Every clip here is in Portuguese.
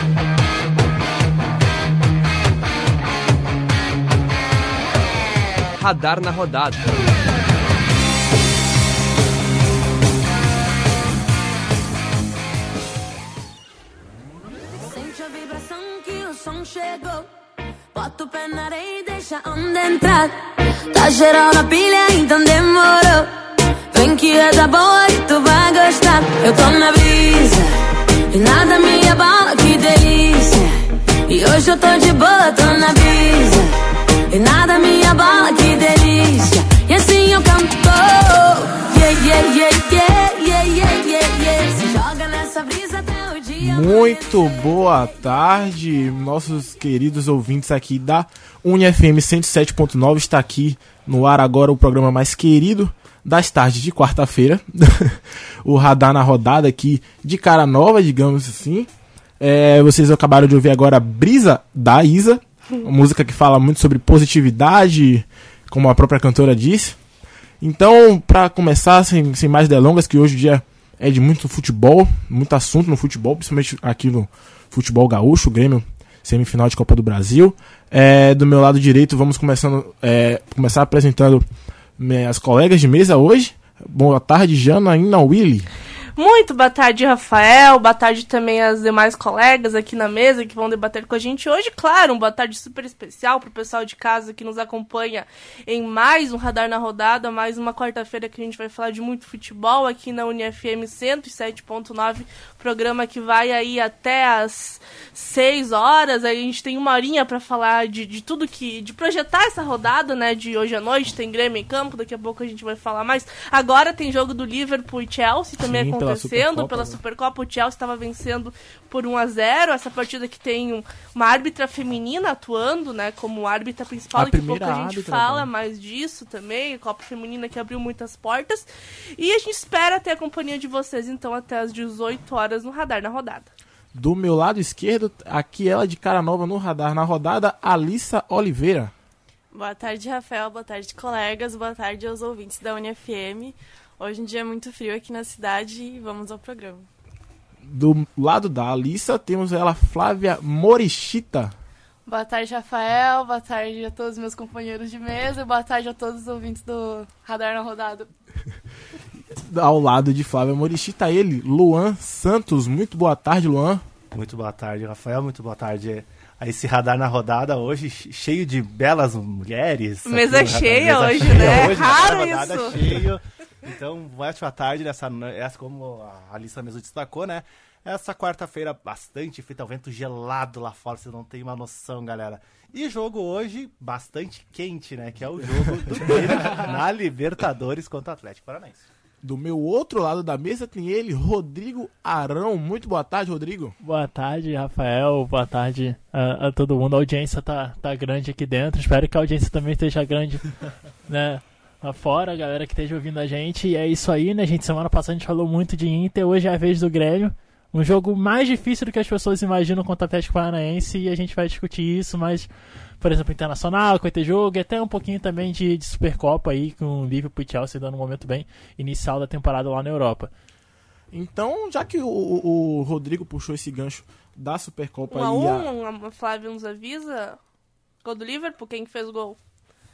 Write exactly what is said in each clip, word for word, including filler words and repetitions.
Radar na rodada. Sente a vibração que o som chegou. Bota o pé na areia e deixa a onda entrar. Tá geral na pilha, então demorou. Vem que é da boa e tu vai gostar. Eu tô na brisa e nada me abala, que delícia. E hoje eu tô de boa, tô na brisa e nada me abala, que delícia. E assim eu canto. Yeah, yeah, yeah, yeah, yeah, yeah, yeah, yeah. Se joga nessa brisa até o dia. Muito boa tarde, nossos queridos ouvintes aqui da Uni F M cento e sete ponto nove. Está aqui no ar agora o programa mais querido das tardes de quarta-feira. O Radar na Rodada aqui de cara nova, digamos assim. É, vocês acabaram de ouvir agora Brisa, da Isa. Uma música que fala muito sobre positividade, como a própria cantora disse. Então, para começar, sem, sem mais delongas, que hoje o dia é de muito futebol, muito assunto no futebol, principalmente aqui no futebol gaúcho, o Grêmio, semifinal de Copa do Brasil. É, do meu lado direito, vamos começando, é, começar apresentando minhas colegas de mesa hoje. Boa tarde, Janaína Willy. Muito boa tarde, Rafael. Boa tarde também às demais colegas aqui na mesa que vão debater com a gente hoje. Claro, uma boa tarde super especial para o pessoal de casa que nos acompanha em mais um Radar na Rodada, mais uma quarta-feira que a gente vai falar de muito futebol aqui na Uni F M cento e sete ponto nove, programa que vai aí até às seis horas. Aí a gente tem uma horinha para falar de, de tudo que... de projetar essa rodada, né, de hoje à noite. Tem Grêmio em campo, daqui a pouco a gente vai falar mais. Agora tem jogo do Liverpool e Chelsea também acontecendo. Pela Supercopa, pela Supercopa, o Chelsea estava vencendo por um a zero, essa partida que tem um, uma árbitra feminina atuando, né, como árbitra principal, daqui a pouco a gente fala mais disso também, a Copa Feminina que abriu muitas portas, e a gente espera ter a companhia de vocês, então, até as dezoito horas no Radar na Rodada. Do meu lado esquerdo, aqui ela de cara nova no Radar na Rodada, Alissa Oliveira. Boa tarde, Rafael, boa tarde, colegas, boa tarde aos ouvintes da Uni F M. Hoje em dia é muito frio aqui na cidade e vamos ao programa. Do lado da Alissa, temos ela, Flávia Morichita. Boa tarde, Rafael. Boa tarde a todos os meus companheiros de mesa. Boa tarde a todos os ouvintes do Radar na Rodada. Ao lado de Flávia Morichita, ele, Luan Santos. Muito boa tarde, Luan. Muito boa tarde, Rafael. Muito boa tarde a esse Radar na Rodada hoje, cheio de belas mulheres. Mesa cheia hoje, cheia né? Hoje, raro rodada isso. Cheio. Então, uma ótima tarde nessa, essa, como a Alissa mesmo destacou, né? Essa quarta-feira bastante fita, o vento gelado lá fora, vocês não tem uma noção, galera. E jogo hoje bastante quente, né? Que é o jogo do Grêmio na Libertadores contra o Atlético Paranaense. Do meu outro lado da mesa tem ele, Rodrigo Arão. Muito boa tarde, Rodrigo. Boa tarde, Rafael. Boa tarde a, a todo mundo. A audiência tá, tá grande aqui dentro. Espero que a audiência também esteja grande, né? Lá fora, a galera que esteja ouvindo a gente. E é isso aí, né, gente? Semana passada a gente falou muito de Inter, hoje é a vez do Grêmio. Um jogo mais difícil do que as pessoas imaginam contra o Atlético Paranaense, e a gente vai discutir isso, mas, por exemplo, Internacional, que vai ter jogo, e até um pouquinho também de, de Supercopa aí, com o Liverpool e Chelsea dando um momento bem inicial da temporada lá na Europa. Então, já que o, o, o Rodrigo puxou esse gancho da Supercopa um aí... a um, a... a Flávia nos avisa, gol do Liverpool, quem fez o gol?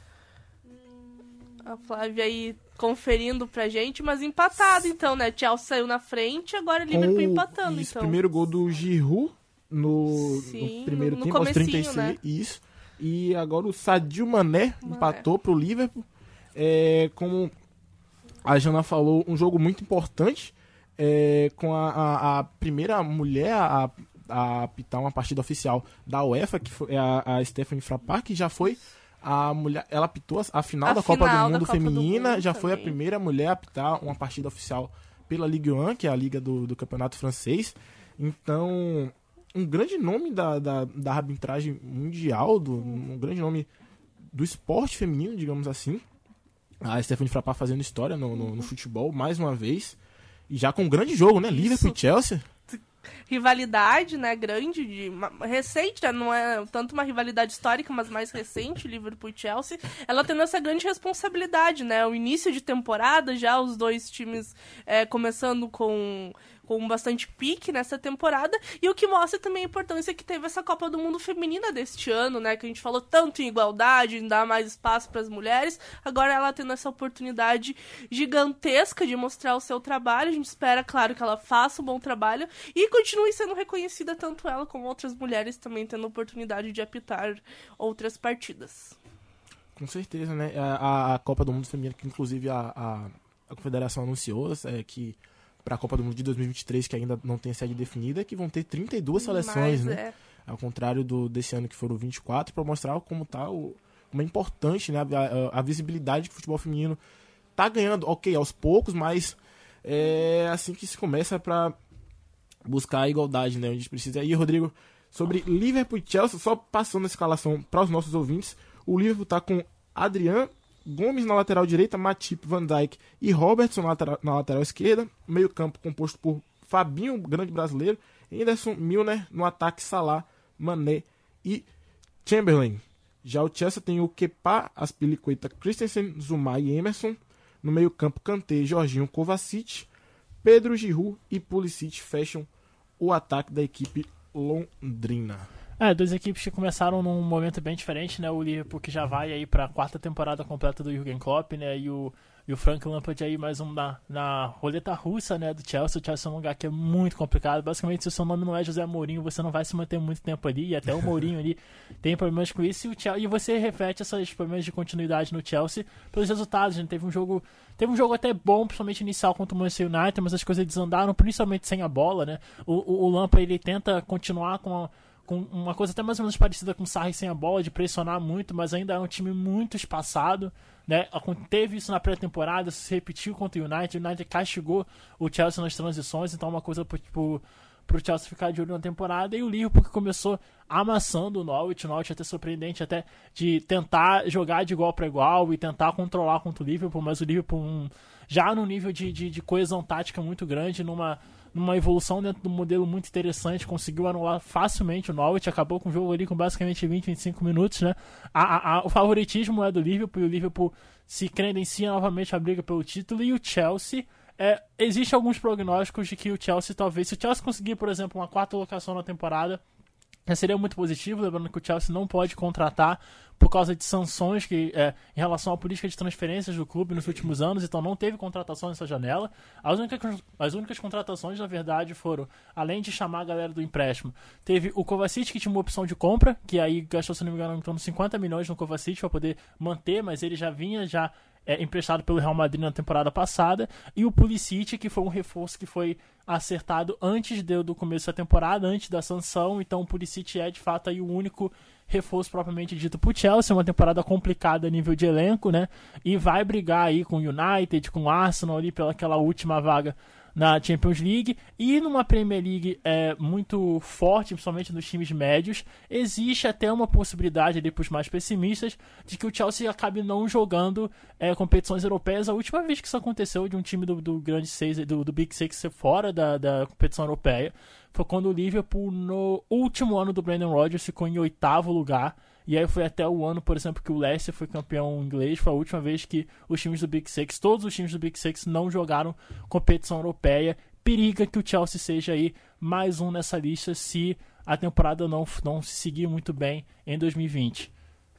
A Flávia aí conferindo pra gente, mas empatado então, né? Chelsea saiu na frente, agora ele Liverpool empatando, isso, então. Primeiro gol do Giroud no, Sim, no primeiro no tempo, aos trinta e seis, né? Isso. E agora o Sadio Mané, Mané. empatou pro Liverpool. É, como a Jana falou, um jogo muito importante, é, com a, a, a primeira mulher a, a apitar uma partida oficial da UEFA, que foi a, a Stephanie Frappart, que já foi a mulher, ela apitou a, a final a da Copa final do Mundo Copa feminina, do mundo já também. foi a primeira mulher a apitar uma partida oficial pela Ligue um, que é a liga do, do campeonato francês. Então, um grande nome da, da, da arbitragem mundial, do, um grande nome do esporte feminino, digamos assim. A Stephanie Frappart fazendo história no, no, no futebol, mais uma vez. E já com um grande jogo, né? Liverpool e Chelsea. Rivalidade, né, grande, de, uma, recente, né, não é tanto uma rivalidade histórica, mas mais recente, Liverpool e Chelsea, ela tendo essa grande responsabilidade, né, o início de temporada, já os dois times é, começando com, com bastante pique nessa temporada, e o que mostra também a importância que teve essa Copa do Mundo feminina deste ano, né, que a gente falou tanto em igualdade, em dar mais espaço para as mulheres, agora ela tendo essa oportunidade gigantesca de mostrar o seu trabalho. A gente espera, claro, que ela faça um bom trabalho e continue sendo reconhecida, tanto ela como outras mulheres também tendo a oportunidade de apitar outras partidas. Com certeza, né? A, a Copa do Mundo Feminino, que inclusive a, a, a Confederação anunciou é, que para a Copa do Mundo de dois mil e vinte e três, que ainda não tem sede definida, que vão ter trinta e duas seleções, Mas, né? é. Ao contrário do, desse ano que foram vinte e quatro, para mostrar como tá o, como é importante, né? A, a, a visibilidade que o futebol feminino tá ganhando, ok, aos poucos, mas é assim que se começa para buscar a igualdade, né? A gente precisa. E, Rodrigo, sobre Liverpool e Chelsea, só passando a escalação para os nossos ouvintes, o Liverpool tá com Adrian Gomes na lateral direita, Matip, Van Dijk e Robertson na lateral, na lateral esquerda, meio campo composto por Fabinho, grande brasileiro, Henderson, Milner, no ataque Salah, Mané e Chamberlain. Já o Chelsea tem o Kepa, Aspilicueta, Christensen, Zuma e Emerson, no meio campo Kanté, Jorginho, Kovacic, Pedro, Giroud e Pulisic fecham o ataque da equipe londrina. É, duas equipes que começaram num momento bem diferente, né? O Liverpool que já vai aí para a quarta temporada completa do Jürgen Klopp, né? E o, e o Frank Lampard aí mais um na, na roleta russa, né? Do Chelsea. O Chelsea é um lugar que é muito complicado. Basicamente, se o seu nome não é José Mourinho, você não vai se manter muito tempo ali. E até o Mourinho ali tem problemas com isso. E, o Chelsea, e você reflete esses problemas de continuidade no Chelsea pelos resultados. A gente teve um jogo, teve um jogo até bom, principalmente inicial contra o Manchester United, mas as coisas desandaram, principalmente sem a bola, né? O, o, o Lampard, ele tenta continuar com a, com uma coisa até mais ou menos parecida com o Sarri sem a bola, de pressionar muito, mas ainda é um time muito espaçado, né? Teve isso na pré-temporada, se repetiu contra o United, o United castigou o Chelsea nas transições, então é uma coisa pro, pro Chelsea ficar de olho na temporada. E o Liverpool que começou amassando o Norwich, o Norwich até surpreendente até de tentar jogar de igual para igual e tentar controlar contra o Liverpool, mas o Liverpool um, já no nível de, de, de coesão tática muito grande, numa numa evolução dentro do modelo muito interessante, conseguiu anular facilmente o Norwich, acabou com o jogo ali com basicamente vinte, vinte e cinco minutos, né? A, a, a, o favoritismo é do Liverpool, e o Liverpool se credencia novamente a briga pelo título, e o Chelsea, é, existe alguns prognósticos de que o Chelsea talvez, se o Chelsea conseguir, por exemplo, uma quarta colocação na temporada, seria muito positivo, lembrando que o Chelsea não pode contratar por causa de sanções que, é, em relação à política de transferências do clube nos últimos anos, então não teve contratação nessa janela. As únicas, as únicas contratações, na verdade, foram, além de chamar a galera do empréstimo, teve o Kovacic, que tinha uma opção de compra, que aí gastou, se não me engano, em torno de cinquenta milhões no Kovacic para poder manter, mas ele já vinha já É, emprestado pelo Real Madrid na temporada passada, e o Pulisic, que foi um reforço que foi acertado antes de, do começo da temporada, antes da sanção, então o Pulisic é de fato aí o único reforço propriamente dito pro Chelsea, uma temporada complicada a nível de elenco, né, e vai brigar aí com o United, com o Arsenal ali pela aquela última vaga na Champions League, e numa Premier League é, muito forte, principalmente nos times médios, existe até uma possibilidade ali para os mais pessimistas de que o Chelsea acabe não jogando é, competições europeias. A última vez que isso aconteceu de um time do, do grande seis, do, do Big Six ser fora da, da competição europeia foi quando o Liverpool, no último ano do Brendan Rodgers, ficou em oitavo lugar. E aí foi até o ano, por exemplo, que o Leicester foi campeão inglês. Foi a última vez que os times do Big Six, todos os times do Big Six não jogaram competição europeia. Periga que o Chelsea seja aí mais um nessa lista se a temporada não, não se seguir muito bem em dois mil e vinte.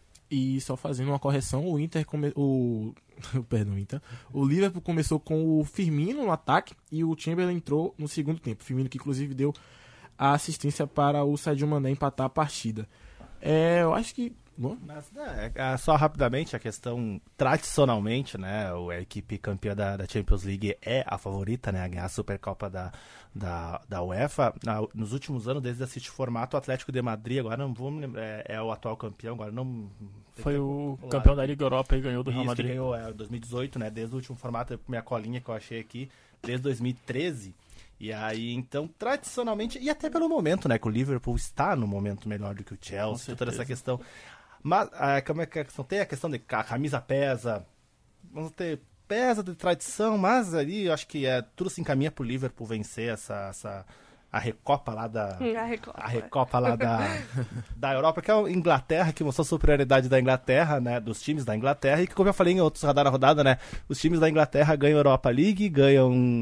E só fazendo uma correção, o Inter come... o perdão, Inter. O Liverpool começou com o Firmino no ataque e o Chamberlain entrou no segundo tempo. O Firmino que inclusive deu a assistência para o Sadio Mané empatar a partida. É, eu acho que... Bom. Mas, é, é, só rapidamente, a questão, tradicionalmente, né, a equipe campeã da, da Champions League é a favorita, né, a ganhar a Supercopa da, da, da UEFA. Na, nos últimos anos, desde esse formato, o Atlético de Madrid, agora não vou me lembrar, é, é o atual campeão, agora não... Foi o lá, campeão da Liga Europa e ganhou do Real Madrid. Isso, ganhou é, dois mil e dezoito, né, desde o último formato, minha colinha que eu achei aqui, desde dois mil e treze. E aí, então, tradicionalmente, e até pelo momento, né, que o Liverpool está no momento melhor do que o Chelsea, toda essa questão. Mas, ah, como é que é a questão? Tem a questão de a camisa pesa, vamos ter pesa de tradição, mas ali eu acho que é, tudo se encaminha pro Liverpool vencer essa, essa a Recopa lá da a Recopa, a Recopa lá da, da Europa, que é a Inglaterra, que mostrou a superioridade da Inglaterra, né, dos times da Inglaterra, e que, como eu falei em outros radar a rodada, né, os times da Inglaterra ganham a Europa League, ganham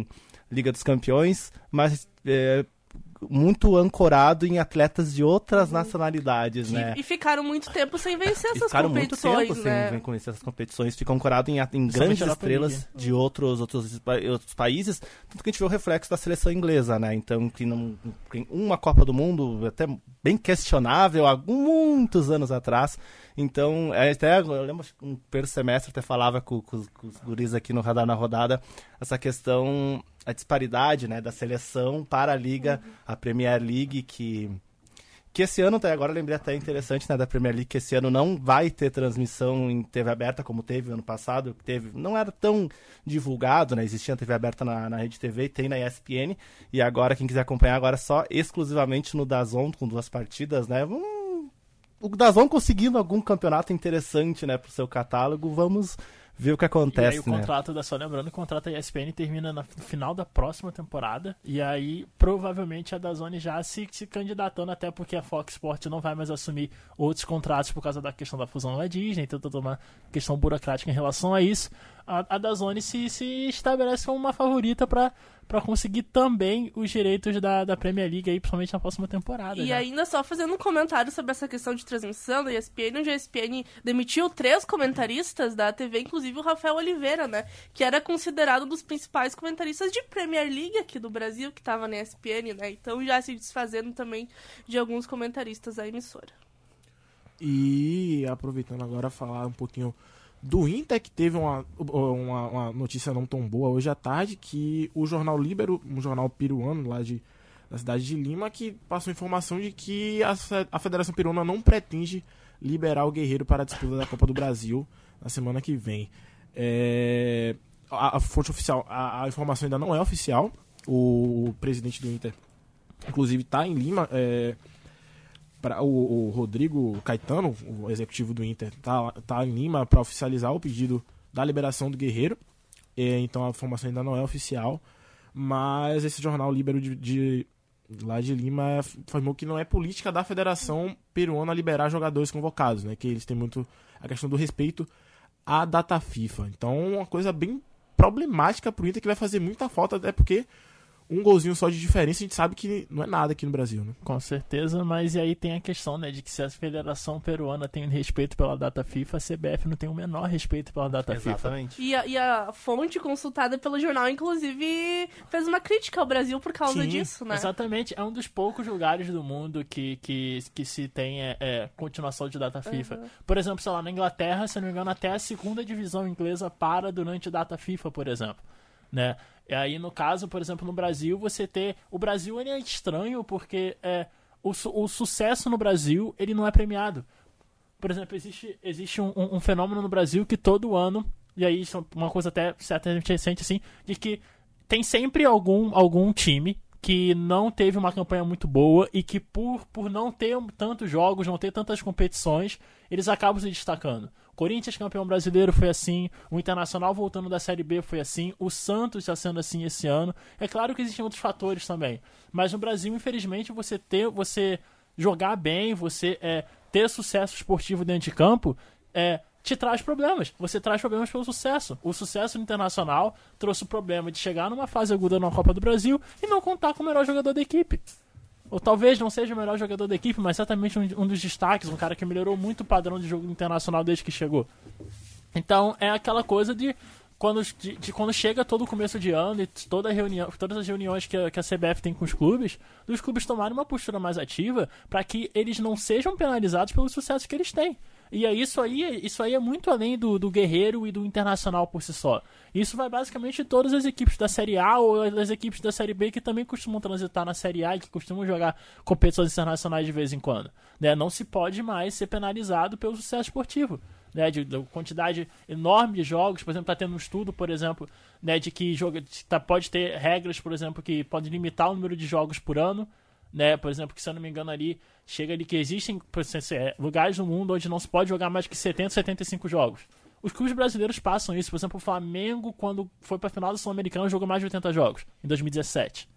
Liga dos Campeões, mas é, muito ancorado em atletas de outras nacionalidades, E, né? e ficaram muito tempo sem vencer E essas ficaram muito competições, tempo né? sem conhecer essas competições, ficam ancorados em, em grandes Europa estrelas League. de outros, outros, pa- outros países, tanto que a gente vê o reflexo da seleção inglesa, né? Então, que não tem uma Copa do Mundo até bem questionável há muitos anos atrás. Então, é, até eu lembro que um primeiro semestre até falava com, com, com os guris aqui no Radar na Rodada essa questão, a disparidade, né, da seleção para a Liga, a Premier League, que que esse ano, até agora eu lembrei até interessante, né, da Premier League, que esse ano não vai ter transmissão em T V aberta como teve ano passado, que teve, não era tão divulgado, né, existia T V aberta na, na Rede T V, tem na E S P N, e agora quem quiser acompanhar agora só exclusivamente no DAZN, com duas partidas, né, hum, o DAZN conseguindo algum campeonato interessante, né, pro seu catálogo, vamos ver o que E acontece, aí o né. contrato da, só lembrando, o contrato da E S P N termina na- no final da próxima temporada, e aí provavelmente a DAZN já se, se candidatando, até porque a Fox Sports não vai mais assumir outros contratos por causa da questão da fusão da Disney, então toda uma questão burocrática em relação a isso. A, a DAZN se, se estabelece como uma favorita para para conseguir também os direitos da, da Premier League aí, principalmente na próxima temporada. E já. ainda só fazendo um comentário sobre essa questão de transmissão da E S P N, onde a E S P N demitiu três comentaristas da T V, inclusive o Rafael Oliveira, né? Que era considerado um dos principais comentaristas de Premier League aqui do Brasil, que estava na E S P N, né? Então já se desfazendo também de alguns comentaristas da emissora. E aproveitando agora falar um pouquinho do Inter, que teve uma, uma, uma notícia não tão boa hoje à tarde, que o jornal Líbero, um jornal peruano lá de, da cidade de Lima, que passou informação de que a, fe- a Federação Peruana não pretende liberar o Guerreiro para a disputa da Copa do Brasil na semana que vem. É, a, a fonte oficial, a, a informação ainda não é oficial. O, presidente do Inter, inclusive, está em Lima. É, Pra, o, o Rodrigo Caetano, o executivo do Inter, tá, tá em Lima para oficializar o pedido da liberação do Guerreiro. É, então a informação ainda não é oficial, mas esse jornal Líbero de, de lá de Lima afirmou que não é política da Federação Peruana liberar jogadores convocados, né? Que eles têm muito a questão do respeito à data FIFA. Então uma coisa bem problemática pro Inter, que vai fazer muita falta, até porque um golzinho só de diferença a gente sabe que não é nada aqui no Brasil, né? Com certeza, mas e aí tem a questão, né, de que se a Federação Peruana tem respeito pela data FIFA, a C B F não tem o menor respeito pela data FIFA. Exatamente. E a, e a fonte consultada pelo jornal, inclusive, fez uma crítica ao Brasil por causa Sim, disso, né? Exatamente, é um dos poucos lugares do mundo que, que, que se tem é, é, continuação de data FIFA. Uhum. Por exemplo, sei lá, na Inglaterra, se não me engano, até a segunda divisão inglesa para durante data FIFA, por exemplo, né? E aí, no caso, por exemplo, no Brasil, você ter... O Brasil, ele é estranho porque é, o, su- o sucesso no Brasil, ele não é premiado. Por exemplo, existe, existe um, um, um fenômeno no Brasil que todo ano, e aí isso é uma coisa até certamente recente, assim, de que tem sempre algum, algum time que não teve uma campanha muito boa e que por, por não ter tantos jogos, não ter tantas competições, eles acabam se destacando. Corinthians campeão brasileiro foi assim, o Internacional voltando da Série B foi assim, o Santos está sendo assim esse ano. É claro que existem outros fatores também, mas no Brasil, infelizmente, você ter, você jogar bem, você é, ter sucesso esportivo dentro de campo, é, te traz problemas. Você traz problemas pelo sucesso. O sucesso internacional trouxe o problema de chegar numa fase aguda na Copa do Brasil e não contar com o melhor jogador da equipe. Ou talvez não seja o melhor jogador da equipe, mas certamente um, um dos destaques, um cara que melhorou muito o padrão de jogo internacional desde que chegou. Então é aquela coisa de quando, de, de quando chega todo o começo de ano e toda reunião, todas as reuniões que a, que a C B F tem com os clubes, dos clubes tomarem uma postura mais ativa para que eles não sejam penalizados pelo sucesso que eles têm. E é isso aí, isso aí é muito além do, do Guerreiro e do Internacional por si só. Isso vai basicamente em todas as equipes da Série A ou das equipes da Série B que também costumam transitar na Série A e que costumam jogar competições internacionais de vez em quando. Né? Não se pode mais ser penalizado pelo sucesso esportivo. Né, de, de quantidade enorme de jogos, por exemplo, está tendo um estudo, por exemplo, né, de que joga, tá, pode ter regras, por exemplo, que podem limitar o número de jogos por ano, né, por exemplo, que se eu não me engano ali, chega ali que existem lugares no mundo onde não se pode jogar mais que setenta, setenta e cinco jogos. Os clubes brasileiros passam isso, por exemplo, o Flamengo, quando foi para a final do Sul-Americano, jogou mais de oitenta jogos, em dois mil e dezessete.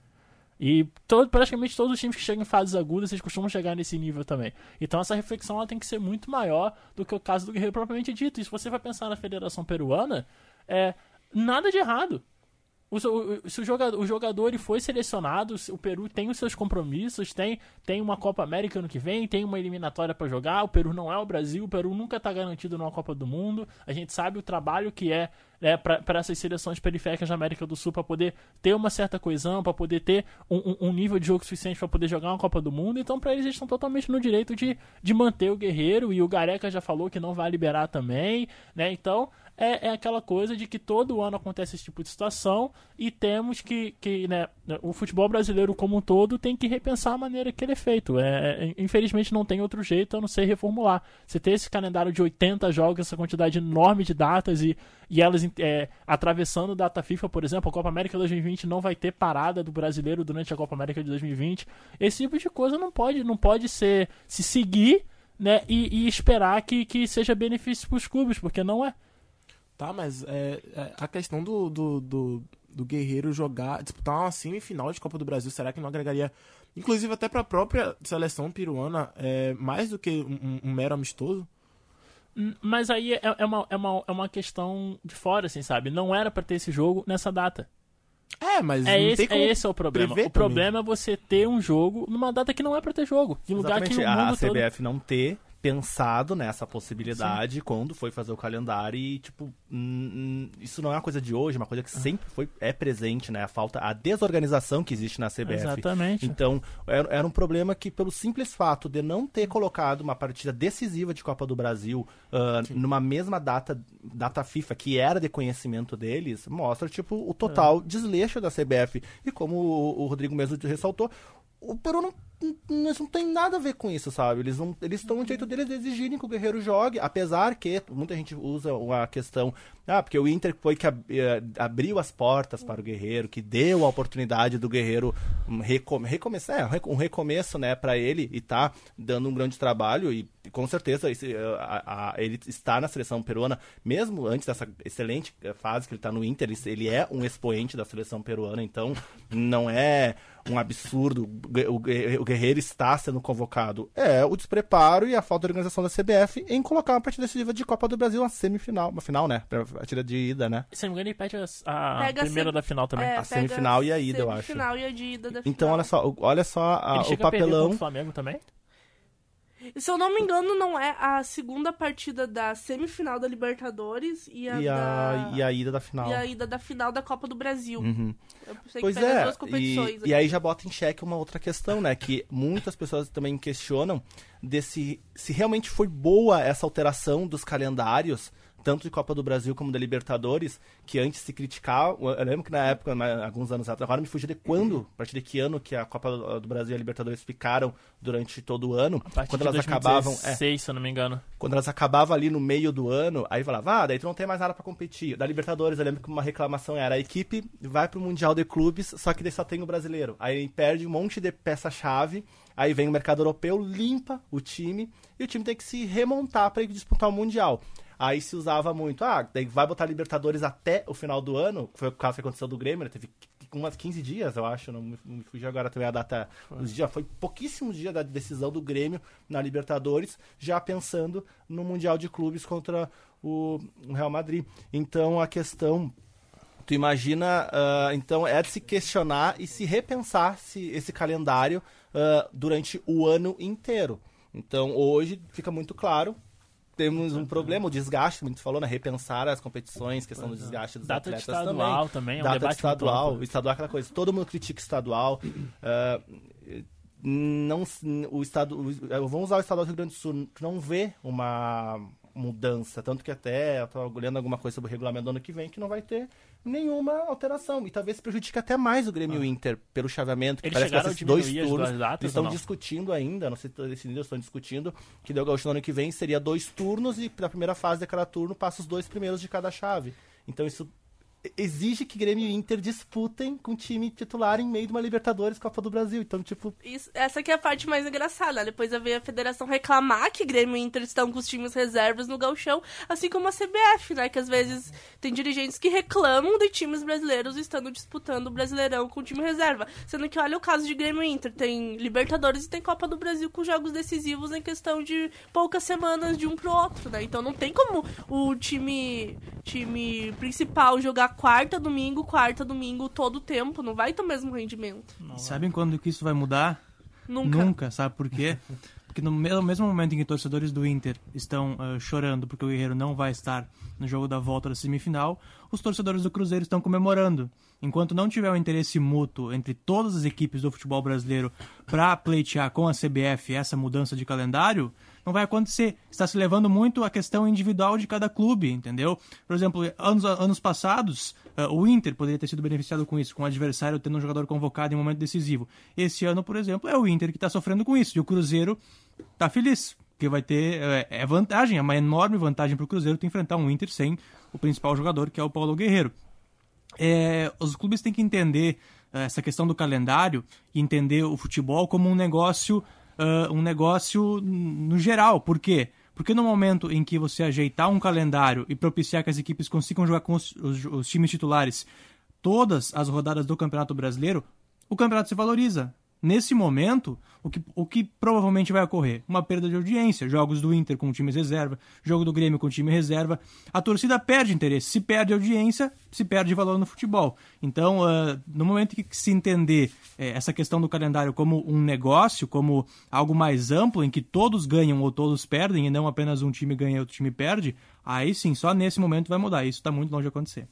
E todo, praticamente todos os times que chegam em fases agudas, eles costumam chegar nesse nível também. Então essa reflexão ela tem que ser muito maior do que o caso do Guerreiro propriamente dito. E se você vai pensar na Federação Peruana, é nada de errado. O, o, se o jogador, o jogador ele foi selecionado, o Peru tem os seus compromissos, tem, tem uma Copa América ano que vem, tem uma eliminatória pra jogar, o Peru não é o Brasil, o Peru nunca tá garantido numa Copa do Mundo, a gente sabe o trabalho que é, né, para essas seleções periféricas da América do Sul para poder ter uma certa coesão, para poder ter um, um, um nível de jogo suficiente para poder jogar uma Copa do Mundo. Então, para eles, eles estão totalmente no direito de, de manter o Guerreiro, e o Gareca já falou que não vai liberar também, né? Então, é, é aquela coisa de que todo ano acontece esse tipo de situação e temos que, que né, o futebol brasileiro como um todo tem que repensar a maneira que ele é feito. É, é, infelizmente, não tem outro jeito a não ser reformular. Você ter esse calendário de oitenta jogos, essa quantidade enorme de datas e, e elas É, atravessando data FIFA, por exemplo, a Copa América dois mil e vinte não vai ter parada do brasileiro durante a Copa América de dois mil e vinte. Esse tipo de coisa não pode, não pode ser, se seguir, né, e, e esperar que, que seja benefício para os clubes, porque não é. Tá, mas é, é, a questão do, do, do, do Guerreiro jogar, disputar uma semifinal de Copa do Brasil, será que não agregaria, inclusive até para a própria seleção peruana, é, mais do que um, um mero amistoso? Mas aí é, é, uma, é, uma, é uma questão de fora, assim, sabe? Não era pra ter esse jogo nessa data. É, mas é não esse, tem como é esse é o problema. O também. problema é você ter um jogo numa data que não é pra ter jogo. Em lugar que no a, mundo a C B F todo... não ter pensado nessa possibilidade Sim. quando foi fazer o calendário e, tipo, hum, isso não é uma coisa de hoje, é uma coisa que sempre foi, é presente, né? A falta, a desorganização que existe na C B F. Exatamente. Então, era, era um problema que, pelo simples fato de não ter colocado uma partida decisiva de Copa do Brasil uh, numa mesma data, data FIFA, que era de conhecimento deles, mostra, tipo, o total é. desleixo da C B F. E como o, o Rodrigo mesmo ressaltou, o Peru não, não, não tem nada a ver com isso, sabe? Eles não, eles estão no jeito deles de exigirem que o Guerreiro jogue, apesar que muita gente usa a questão, ah, porque o Inter foi que ab, abriu as portas para o Guerreiro, que deu a oportunidade do Guerreiro recome, recomeçar, é, um recomeço, né, para ele, e tá dando um grande trabalho, e com certeza esse, a, a, ele está na seleção peruana, mesmo antes dessa excelente fase que ele está no Inter, ele, ele é um expoente da seleção peruana, então não é um absurdo o, o Guerreiro está sendo convocado. É o despreparo e a falta de organização da C B F em colocar uma partida decisiva de Copa do Brasil, uma semifinal, uma final, né? A tira de ida, né? Se não me engano, ele pede a, a primeira a sem... da final também. É, a semifinal e a ida, eu acho. Semifinal e a de ida da final. Então, olha só, olha só a, ele o chega papelão. A perder contra o Flamengo também? Se eu não me engano, não é a segunda partida da semifinal da Libertadores e a, e a, da... e a ida da final. E a ida da final da Copa do Brasil. Uhum. Eu sei pois que pega é, as duas competições. E, e aí já bota em xeque uma outra questão, né? Que muitas pessoas também questionam desse, se realmente foi boa essa alteração dos calendários, tanto de Copa do Brasil como da Libertadores, que antes se criticava. Eu lembro que na época, alguns anos atrás, agora me fugiu de quando, a partir de que ano que a Copa do Brasil e a Libertadores ficaram durante todo o ano, quando elas acabavam. É, se eu não me engano. Quando elas acabavam ali no meio do ano, aí falava, ah, daí tu não tem mais nada pra competir. Da Libertadores, eu lembro que uma reclamação era: a equipe vai pro Mundial de Clubes, só que daí só tem o brasileiro. Aí perde um monte de peça-chave. Aí vem o mercado europeu, limpa o time, e o time tem que se remontar para disputar o Mundial. Aí se usava muito, ah, daí vai botar Libertadores até o final do ano, que foi o caso que aconteceu do Grêmio, né? Teve umas quinze dias, eu acho, não me, não me fugi agora também a data, os dias, foi pouquíssimos dias da decisão do Grêmio na Libertadores, já pensando no Mundial de Clubes contra o Real Madrid. Então a questão... Tu imagina, uh, então, é de se questionar e se repensar se esse calendário uh, durante o ano inteiro. Então, hoje fica muito claro, temos um problema, o desgaste, muito falou, né? Repensar as competições, questão do desgaste dos data atletas de estadual também. também, é um Data debate de estadual, o estadual é aquela coisa, todo mundo critica estadual. Uh, não, o estado, o, vamos usar o estadual do Rio Grande do Sul, não vê uma mudança, tanto que até eu tô olhando alguma coisa sobre o regulamento do ano que vem que não vai ter nenhuma alteração, e talvez prejudique até mais o Grêmio ah. Inter pelo chaveamento, que eles parece que vai ser dois turnos, datas, eles estão discutindo ainda, não sei se decidido, estão discutindo que o Gaúcho no ano que vem seria dois turnos e na primeira fase de cada turno passa os dois primeiros de cada chave, então isso exige que Grêmio e Inter disputem com o time titular em meio de uma Libertadores Copa do Brasil. Então, tipo... Isso, essa aqui é a parte mais engraçada. Depois veio a federação reclamar que Grêmio e Inter estão com os times reservas no gauchão, assim como a C B F, né? Que às vezes tem dirigentes que reclamam de times brasileiros estando disputando o Brasileirão com o time reserva. Sendo que olha o caso de Grêmio e Inter. Tem Libertadores e tem Copa do Brasil com jogos decisivos em questão de poucas semanas de um pro outro, né? Então não tem como o time, time principal jogar jogar quarta, domingo, quarta, domingo, todo o tempo. Não vai ter o mesmo rendimento. Não, sabem quando que isso vai mudar? Nunca. Nunca, sabe por quê? Porque no mesmo momento em que torcedores do Inter estão uh, chorando porque o Guerreiro não vai estar no jogo da volta da semifinal, os torcedores do Cruzeiro estão comemorando. Enquanto não tiver um interesse mútuo entre todas as equipes do futebol brasileiro para pleitear com a C B F essa mudança de calendário, não vai acontecer. Está se levando muito a questão individual de cada clube, entendeu? Por exemplo, anos, anos passados, uh, o Inter poderia ter sido beneficiado com isso, com o adversário tendo um jogador convocado em um momento decisivo. Esse ano, por exemplo, é o Inter que está sofrendo com isso, e o Cruzeiro está feliz, porque vai ter é, é vantagem, é uma enorme vantagem para o Cruzeiro tu enfrentar um Inter sem o principal jogador, que é o Paulo Guerreiro. É, os clubes têm que entender uh, essa questão do calendário e entender o futebol como um negócio, uh, um negócio no geral. Por quê? Porque no momento em que você ajeitar um calendário e propiciar que as equipes consigam jogar com os, os, os times titulares todas as rodadas do Campeonato Brasileiro, o campeonato se valoriza. Nesse momento, o que, o que provavelmente vai ocorrer? Uma perda de audiência, jogos do Inter com times reserva, jogo do Grêmio com time reserva. A torcida perde interesse. Se perde audiência, se perde valor no futebol. Então, uh, no momento que se entender uh, essa questão do calendário como um negócio, como algo mais amplo, em que todos ganham ou todos perdem, e não apenas um time ganha e outro time perde, aí sim, só nesse momento vai mudar. Isso está muito longe de acontecer.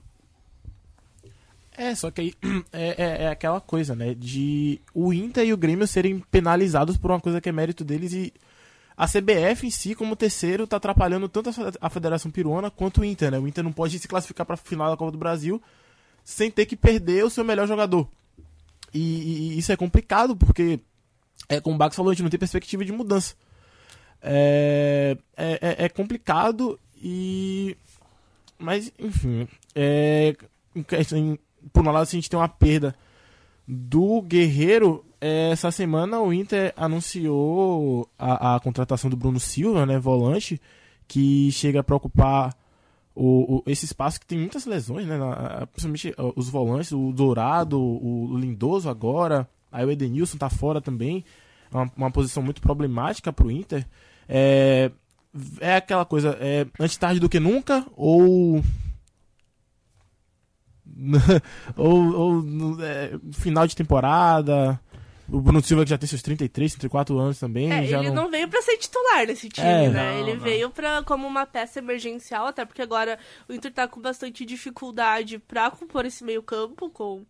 É, só que aí é, é, é aquela coisa, né, de o Inter e o Grêmio serem penalizados por uma coisa que é mérito deles, e a C B F em si, como terceiro, tá atrapalhando tanto a Federação Peruana quanto o Inter, né? O Inter não pode se classificar para a final da Copa do Brasil sem ter que perder o seu melhor jogador. E, e, e isso é complicado, porque, é, como o Bax falou, a gente não tem perspectiva de mudança. É, é, é complicado e... Mas, enfim, é... Em, por um lado, se a gente tem uma perda do Guerreiro, essa semana o Inter anunciou a, a contratação do Bruno Silva, né, volante, que chega a preocupar o, o, esse espaço que tem muitas lesões, né, na, principalmente os volantes, o Dourado, o Lindoso agora, aí o Edenilson tá fora também, é uma, uma posição muito problemática pro Inter. É, é aquela coisa, é, antes tarde do que nunca, ou... ou, ou é, final de temporada. O Bruno Silva, que já tem seus trinta e três, trinta e quatro anos também. É, já ele não... não veio pra ser titular nesse time, é, né? não, ele não. veio pra, como uma peça emergencial, até porque agora o Inter tá com bastante dificuldade pra compor esse meio campo, com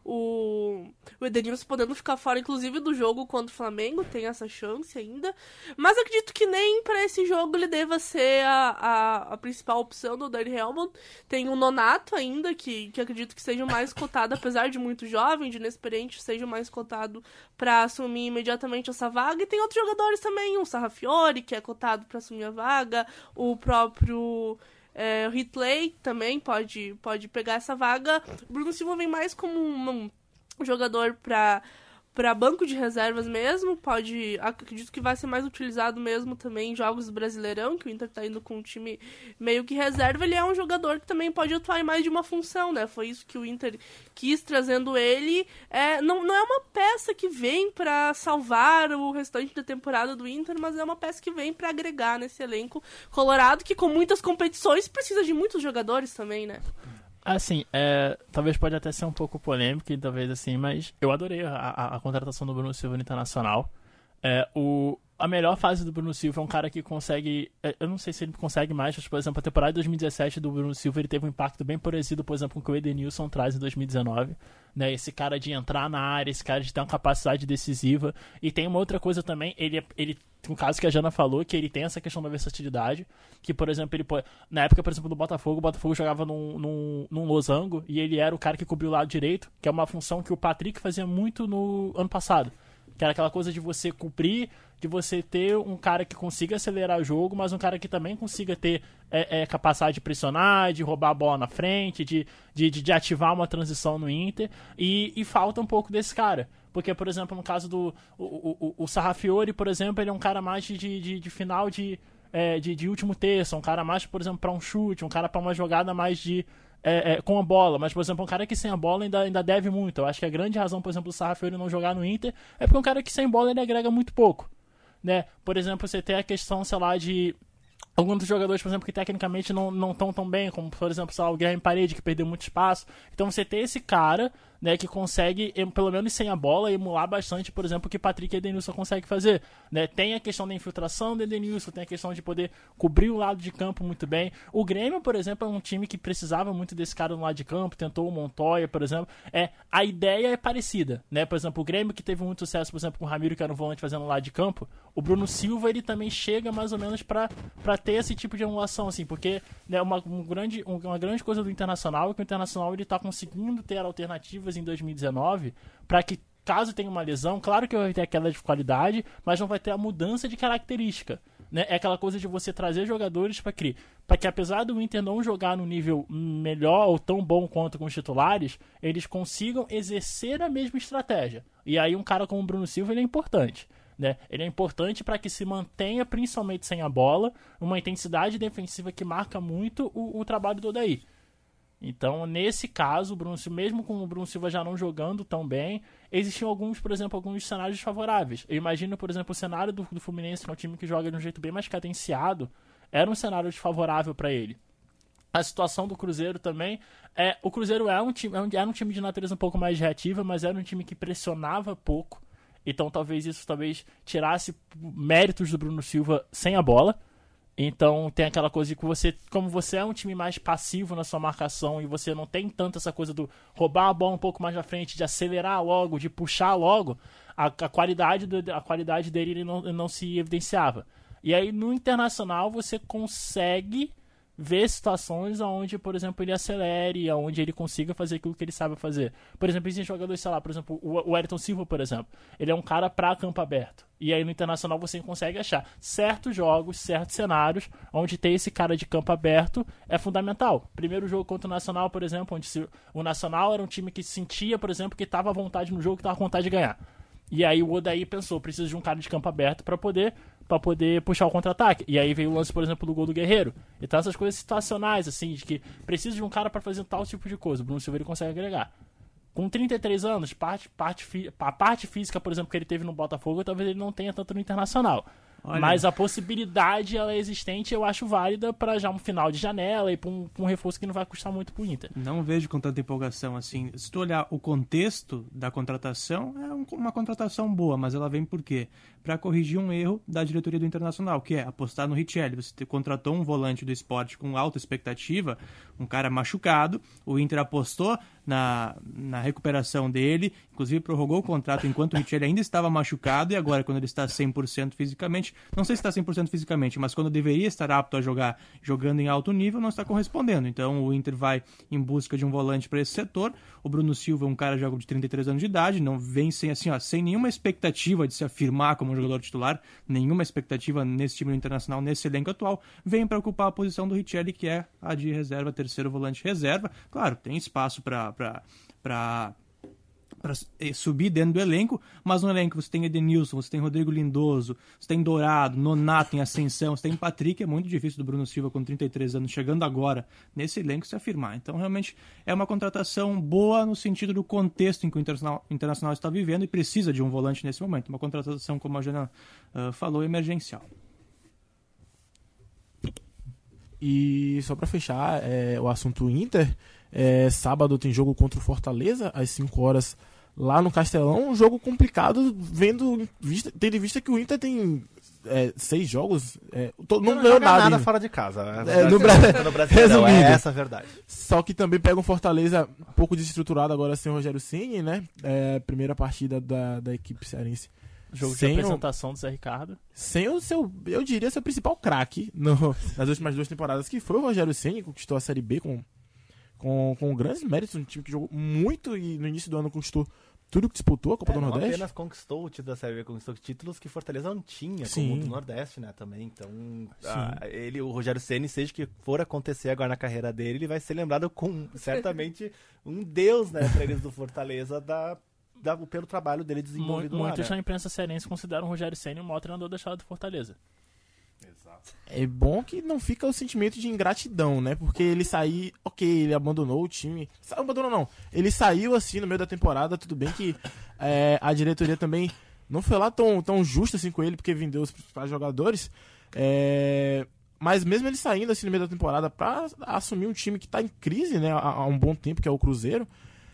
o, o Edenilson podendo ficar fora, inclusive, do jogo contra o Flamengo, tem essa chance ainda. Mas acredito que nem pra esse jogo ele deva ser a, a, a principal opção do Dani Helmond. Tem o Nonato ainda, que, que acredito que seja o mais cotado, apesar de muito jovem, de inexperiente, seja o mais cotado pra assumir imediatamente essa vaga. E tem outros jogadores também, o Sarrafiori, que é cotado pra assumir a vaga, o próprio... É, o Hitley também pode, pode pegar essa vaga. O Bruno Silva vem mais como um, um jogador para para banco de reservas mesmo. Pode, acredito que vai ser mais utilizado mesmo também em jogos do Brasileirão, que o Inter tá indo com um time meio que reserva. Ele é um jogador que também pode atuar em mais de uma função, né? Foi isso que o Inter quis trazendo ele. É, não, não é uma peça que vem para salvar o restante da temporada do Inter, mas é uma peça que vem para agregar nesse elenco colorado, que com muitas competições precisa de muitos jogadores também, né? Assim, é, talvez pode até ser um pouco polêmico, e talvez assim, mas eu adorei a, a, a contratação do Bruno Silva no Internacional. É, o, a melhor fase do Bruno Silva é um cara que consegue... É, eu não sei se ele consegue mais, mas, por exemplo, a temporada de dois mil e dezessete do Bruno Silva ele teve um impacto bem parecido, por exemplo, com o que o Edenilson traz em dois mil e dezenove. Né, esse cara de entrar na área, esse cara de ter uma capacidade decisiva. E tem uma outra coisa também, ele, ele um caso que a Jana falou, que ele tem essa questão da versatilidade, que, por exemplo, ele pode, na época, por exemplo, do Botafogo, o Botafogo jogava num, num, num losango, e ele era o cara que cobriu o lado direito, que é uma função que o Patrick fazia muito no ano passado, que era aquela coisa de você cobrir, de você ter um cara que consiga acelerar o jogo, mas um cara que também consiga ter é, é, capacidade de pressionar, de roubar a bola na frente, de, de, de ativar uma transição no Inter, e, e falta um pouco desse cara. Porque, por exemplo, no caso do o, o, o Sarrafiori, por exemplo, ele é um cara mais de, de, de final de, é, de, de último terço, um cara mais, por exemplo, para um chute, um cara para uma jogada mais de é, é, com a bola, mas, por exemplo, um cara que sem a bola ainda, ainda deve muito. Eu acho que a grande razão, por exemplo, do Sarrafiori não jogar no Inter é porque um cara que sem bola ele agrega muito pouco. Né? Por exemplo, você tem a questão, sei lá, de alguns dos jogadores, por exemplo, que tecnicamente não estão tão bem, como, por exemplo, sei lá, o Guilherme Parede, que perdeu muito espaço. Então você tem esse cara, né, que consegue, pelo menos sem a bola, emular bastante, por exemplo, o que Patrick e Edenilson conseguem fazer. Né? Tem a questão da infiltração do Edenilson, tem a questão de poder cobrir o lado de campo muito bem. O Grêmio, por exemplo, é um time que precisava muito desse cara no lado de campo, tentou o Montoya, por exemplo. É, a ideia é parecida. Né? Por exemplo, o Grêmio, que teve muito sucesso, por exemplo, com o Ramiro, que era um volante fazendo o lado de campo, o Bruno Silva, ele também chega mais ou menos para ter esse tipo de emulação, assim, porque né, uma, um grande, uma grande coisa do Internacional é que o Internacional ele tá conseguindo ter alternativas em dois mil e dezenove para que, caso tenha uma lesão, claro que vai ter a queda de qualidade, mas não vai ter a mudança de característica. Né? É aquela coisa de você trazer jogadores para que, que, apesar do Inter não jogar no nível melhor ou tão bom quanto com os titulares, eles consigam exercer a mesma estratégia. E aí um cara como o Bruno Silva ele é importante. Né? Ele é importante para que se mantenha, principalmente sem a bola, uma intensidade defensiva que marca muito o, o trabalho do Odair. Então, nesse caso, o Bruno Silva, mesmo com o Bruno Silva já não jogando tão bem, existiam alguns, por exemplo, alguns cenários favoráveis. Eu imagino, por exemplo, o cenário do, do Fluminense, que é um time que joga de um jeito bem mais cadenciado, era um cenário desfavorável para ele. A situação do Cruzeiro também, é, o Cruzeiro é um time, é um, era um time de natureza um pouco mais reativa, mas era um time que pressionava pouco. Então talvez isso talvez tirasse méritos do Bruno Silva sem a bola. Então tem aquela coisa de que você, como você é um time mais passivo na sua marcação e você não tem tanto essa coisa do roubar a bola um pouco mais na frente, de acelerar logo, de puxar logo, a, a, qualidade, do, a qualidade dele ele não, ele não se evidenciava. E aí no Internacional você consegue ver situações onde, por exemplo, ele acelere, onde ele consiga fazer aquilo que ele sabe fazer. Por exemplo, existem jogadores, sei lá, por exemplo, o Wellington Silva, por exemplo, ele é um cara pra campo aberto. E aí no Internacional você consegue achar certos jogos, certos cenários, onde ter esse cara de campo aberto é fundamental. Primeiro jogo contra o Nacional, por exemplo, onde se, o Nacional era um time que sentia, por exemplo, que estava à vontade no jogo, que estava com vontade de ganhar. E aí o Odair pensou, preciso de um cara de campo aberto para poder para poder puxar o contra-ataque. E aí veio o lance, por exemplo, do gol do Guerreiro. Então essas coisas situacionais, assim, de que precisa de um cara para fazer tal tipo de coisa. O Bruno Silva ele consegue agregar. Com trinta e três anos, parte, parte, a parte física, por exemplo, que ele teve no Botafogo, talvez ele não tenha tanto no Internacional. Olha. Mas a possibilidade, ela é existente, eu acho válida para já um final de janela e para um, um reforço que não vai custar muito pro Inter. Não vejo com tanta empolgação assim. Se tu olhar o contexto da contratação, é um, uma contratação boa, mas ela vem por quê? Para corrigir um erro da diretoria do Internacional, que é apostar no Richelli. Você te, contratou um volante do esporte com alta expectativa, um cara machucado, o Inter apostou na, na recuperação dele, inclusive prorrogou o contrato enquanto o Richelli ainda estava machucado, e agora quando ele está cem por cento fisicamente, não sei se está cem por cento fisicamente, mas quando deveria estar apto a jogar, jogando em alto nível, não está correspondendo. Então o Inter vai em busca de um volante para esse setor. O Bruno Silva é um cara de trinta e três anos de idade, não vem sem, assim, ó, sem nenhuma expectativa de se afirmar como um jogador titular, nenhuma expectativa nesse time internacional, nesse elenco atual, vem para ocupar a posição do Richelli, que é a de reserva, terceiro volante reserva. Claro, tem espaço para para para subir dentro do elenco, mas no elenco você tem Edenilson, você tem Rodrigo Lindoso, você tem Dourado, Nonato em ascensão, você tem Patrick. É muito difícil do Bruno Silva com trinta e três anos, chegando agora nesse elenco, se afirmar. Então realmente é uma contratação boa no sentido do contexto em que o Internacional, Internacional está vivendo e precisa de um volante nesse momento. Uma contratação, como a Jana uh, falou, emergencial. E só para fechar é, o assunto Inter, é, sábado tem jogo contra o Fortaleza às cinco horas lá no Castelão. Um jogo complicado, vendo, vista, tendo em vista que o Inter tem é, seis jogos, é, to, não, não ganhou nada, nada fora de casa. É, no Brasil, no Brasil é essa a verdade. Só que também pega um Fortaleza um pouco desestruturado agora sem o Rogério Ceni, né? É, primeira partida da, da equipe cearense. Jogo sem de apresentação o, do Zé Ricardo. Sem o seu, eu diria, seu principal craque nas últimas duas temporadas, que foi o Rogério Ceni, que conquistou a Série B com, com, com grandes méritos, um time que jogou muito e no início do ano conquistou tudo que disputou, a Copa é, do não Nordeste. apenas conquistou o título da Série B, conquistou títulos que Fortaleza não tinha, Sim. como o do Nordeste, né, também. Então, a, ele, o Rogério Ceni, seja o que for acontecer agora na carreira dele, ele vai ser lembrado com, certamente, um deus, né, para eles do Fortaleza, da... Da, pelo trabalho dele desenvolvido lá. Muitos né? na imprensa cearense consideram o Rogério Ceni o maior treinador da história do Fortaleza. Exato. É bom que não fica o sentimento de ingratidão, né? Porque ele saiu, ok, ele abandonou o time. Não abandonou não. Ele saiu assim no meio da temporada, tudo bem que é, a diretoria também não foi lá tão, tão justa assim com ele, porque vendeu os principais jogadores. É, Mas mesmo ele saindo assim no meio da temporada para assumir um time que tá em crise, né, há, há um bom tempo, que é o Cruzeiro,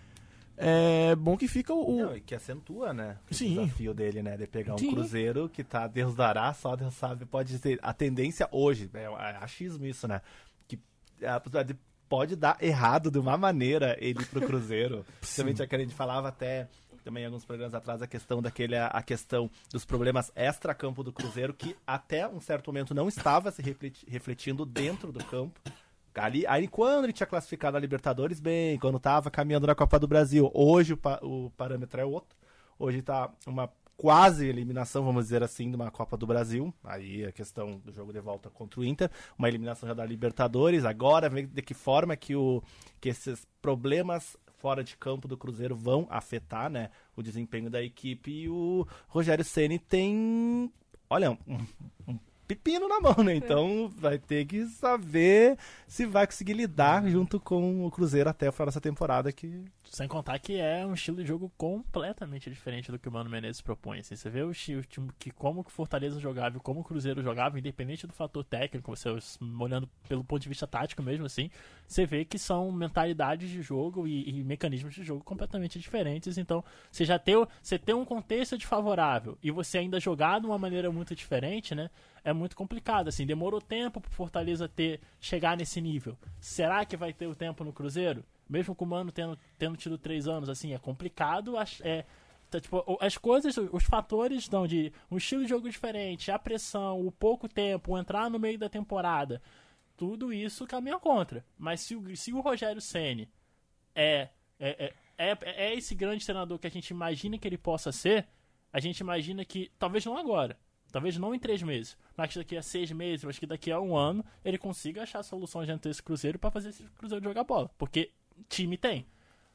é bom que fica o... Não, e que acentua, né, o Sim. desafio dele, né, de pegar um Sim. Cruzeiro que tá, Deus dará, só Deus sabe, pode ter a tendência hoje, é, é achismo isso, né, que a possibilidade pode dar errado de uma maneira ele ir pro Cruzeiro. Principalmente a que a gente falava até também alguns programas atrás, a questão daquele, a questão dos problemas extra-campo do Cruzeiro, que até um certo momento não estava se refleti- refletindo dentro do campo. Ali, aí quando ele tinha classificado a Libertadores, bem, quando estava caminhando na Copa do Brasil, hoje o, pa- o parâmetro é outro. Hoje está uma quase eliminação, vamos dizer assim, de uma Copa do Brasil. Aí a questão do jogo de volta contra o Inter, uma eliminação já da Libertadores. Agora, de que forma que, o, que esses problemas fora de campo do Cruzeiro vão afetar, né, o desempenho da equipe. E o Rogério Ceni tem, olha, um, um pepino na mão, né? Então vai ter que saber se vai conseguir lidar junto com o Cruzeiro até o final dessa temporada. Que... Sem contar que é um estilo de jogo completamente diferente do que o Mano Menezes propõe. Assim, você vê o time que como o Fortaleza jogava e como o Cruzeiro jogava, independente do fator técnico, você olhando pelo ponto de vista tático mesmo, assim, você vê que são mentalidades de jogo e, e mecanismos de jogo completamente diferentes. Então, você já tem, você tem um contexto desfavorável e você ainda jogar de uma maneira muito diferente, né? É muito complicado, assim, demorou tempo pro Fortaleza ter, chegar nesse nível. Será que vai ter o tempo no Cruzeiro? Mesmo com o Mano tendo, tendo tido três anos, assim, é complicado, é, tá, tipo, as coisas, os fatores não, de um estilo de jogo diferente, a pressão, o pouco tempo, o entrar no meio da temporada, tudo isso caminha contra. Mas se o, se o Rogério Ceni é, é, é, é, é esse grande treinador que a gente imagina que ele possa ser, a gente imagina que, talvez não agora, talvez não em três meses, mas daqui a seis meses, mas que daqui a um ano ele consiga achar soluções dentro desse Cruzeiro para fazer esse Cruzeiro jogar bola. Porque time tem.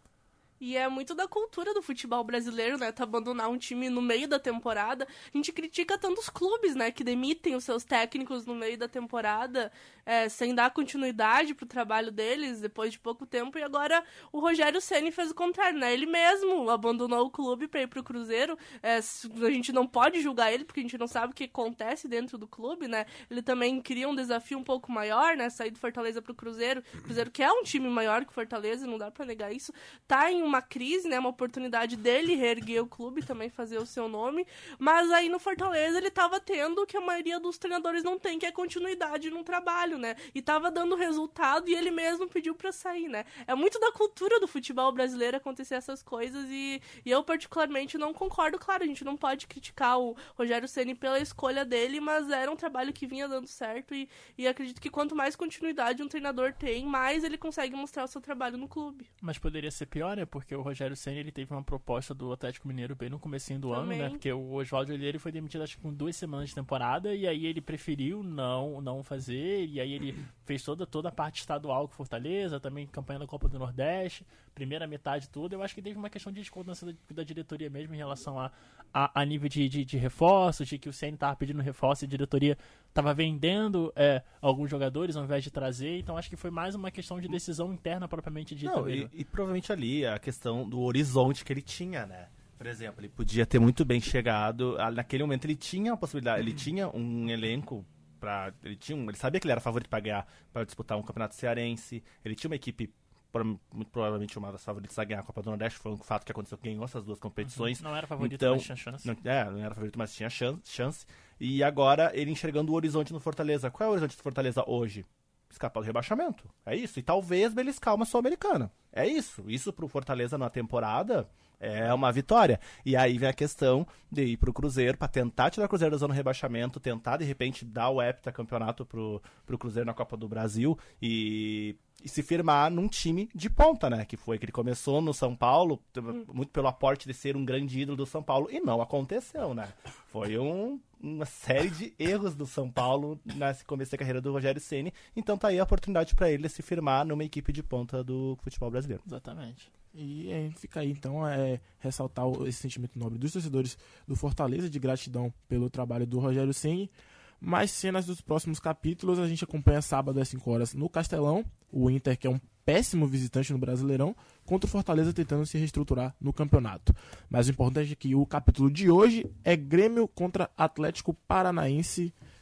E é muito da cultura do futebol brasileiro, né? Tu abandonar um time no meio da temporada. A gente critica tantos clubes, né? Que demitem os seus técnicos no meio da temporada, é, sem dar continuidade pro trabalho deles, depois de pouco tempo. E agora o Rogério Ceni fez o contrário, né? Ele mesmo abandonou o clube pra ir pro Cruzeiro. É, a gente não pode julgar ele, porque a gente não sabe o que acontece dentro do clube, né? Ele também queria um desafio um pouco maior, né? Sair do Fortaleza pro Cruzeiro. O Cruzeiro, que é um time maior que o Fortaleza, não dá pra negar isso. Tá em uma crise, né, uma oportunidade dele reerguer o clube, também fazer o seu nome, mas aí no Fortaleza ele tava tendo o que a maioria dos treinadores não tem, que é continuidade no trabalho, né, e tava dando resultado e ele mesmo pediu pra sair, né. É muito da cultura do futebol brasileiro acontecer essas coisas e, e eu particularmente não concordo. Claro, a gente não pode criticar o Rogério Ceni pela escolha dele, mas era um trabalho que vinha dando certo e, e acredito que quanto mais continuidade um treinador tem, mais ele consegue mostrar o seu trabalho no clube. Mas poderia ser pior, né, porque o Rogério Ceni ele teve uma proposta do Atlético Mineiro bem no comecinho do Também. ano, né? Porque o Oswaldo ele foi demitido acho que com duas semanas de temporada e aí ele preferiu não, não fazer e aí ele fez toda, toda a parte estadual com Fortaleza, também campanha da Copa do Nordeste, primeira metade toda. Eu acho que teve uma questão de desconfiança da, da diretoria mesmo em relação a, a, a nível de, de, de reforços, de que o Ceni tava pedindo reforço e a diretoria tava vendendo é, alguns jogadores ao invés de trazer. Então acho que foi mais uma questão de decisão interna propriamente dita. Não, e, e provavelmente ali a questão do horizonte que ele tinha, né? Por exemplo, ele podia ter muito bem chegado, naquele momento ele tinha a possibilidade, ele tinha um elenco para ele tinha um, ele sabia que ele era favorito para ganhar, para disputar um campeonato cearense, ele tinha uma equipe muito provavelmente uma das favoritas a ganhar a Copa do Nordeste, foi um fato que aconteceu, ganhou essas duas competições. Não era favorito, então, mas tinha chance. Não, é, não era favorito, mas tinha chance, chance. E agora ele enxergando o horizonte no Fortaleza. Qual é o horizonte do Fortaleza hoje? Escapar do rebaixamento. É isso. E talvez beliscar uma Sul-Americana. É isso. Isso pro Fortaleza na temporada é uma vitória. E aí vem a questão de ir pro Cruzeiro pra tentar tirar o Cruzeiro da zona do rebaixamento, tentar de repente dar o heptacampeonato pro, pro Cruzeiro na Copa do Brasil e, e se firmar num time de ponta, né? Que foi que ele começou no São Paulo, muito pelo aporte de ser um grande ídolo do São Paulo, e não aconteceu, né? Foi um uma série de erros do São Paulo nesse começo da carreira do Rogério Ceni, então tá aí a oportunidade para ele se firmar numa equipe de ponta do futebol brasileiro. Exatamente. E é, fica aí então é, ressaltar o, esse sentimento nobre dos torcedores do Fortaleza, de gratidão pelo trabalho do Rogério Ceni. Mais cenas dos próximos capítulos a gente acompanha sábado às cinco horas no Castelão, o Inter, que é um péssimo visitante no Brasileirão, contra o Fortaleza tentando se reestruturar no campeonato. Mas o importante é que o capítulo de hoje é Grêmio contra Atlético Paranaense,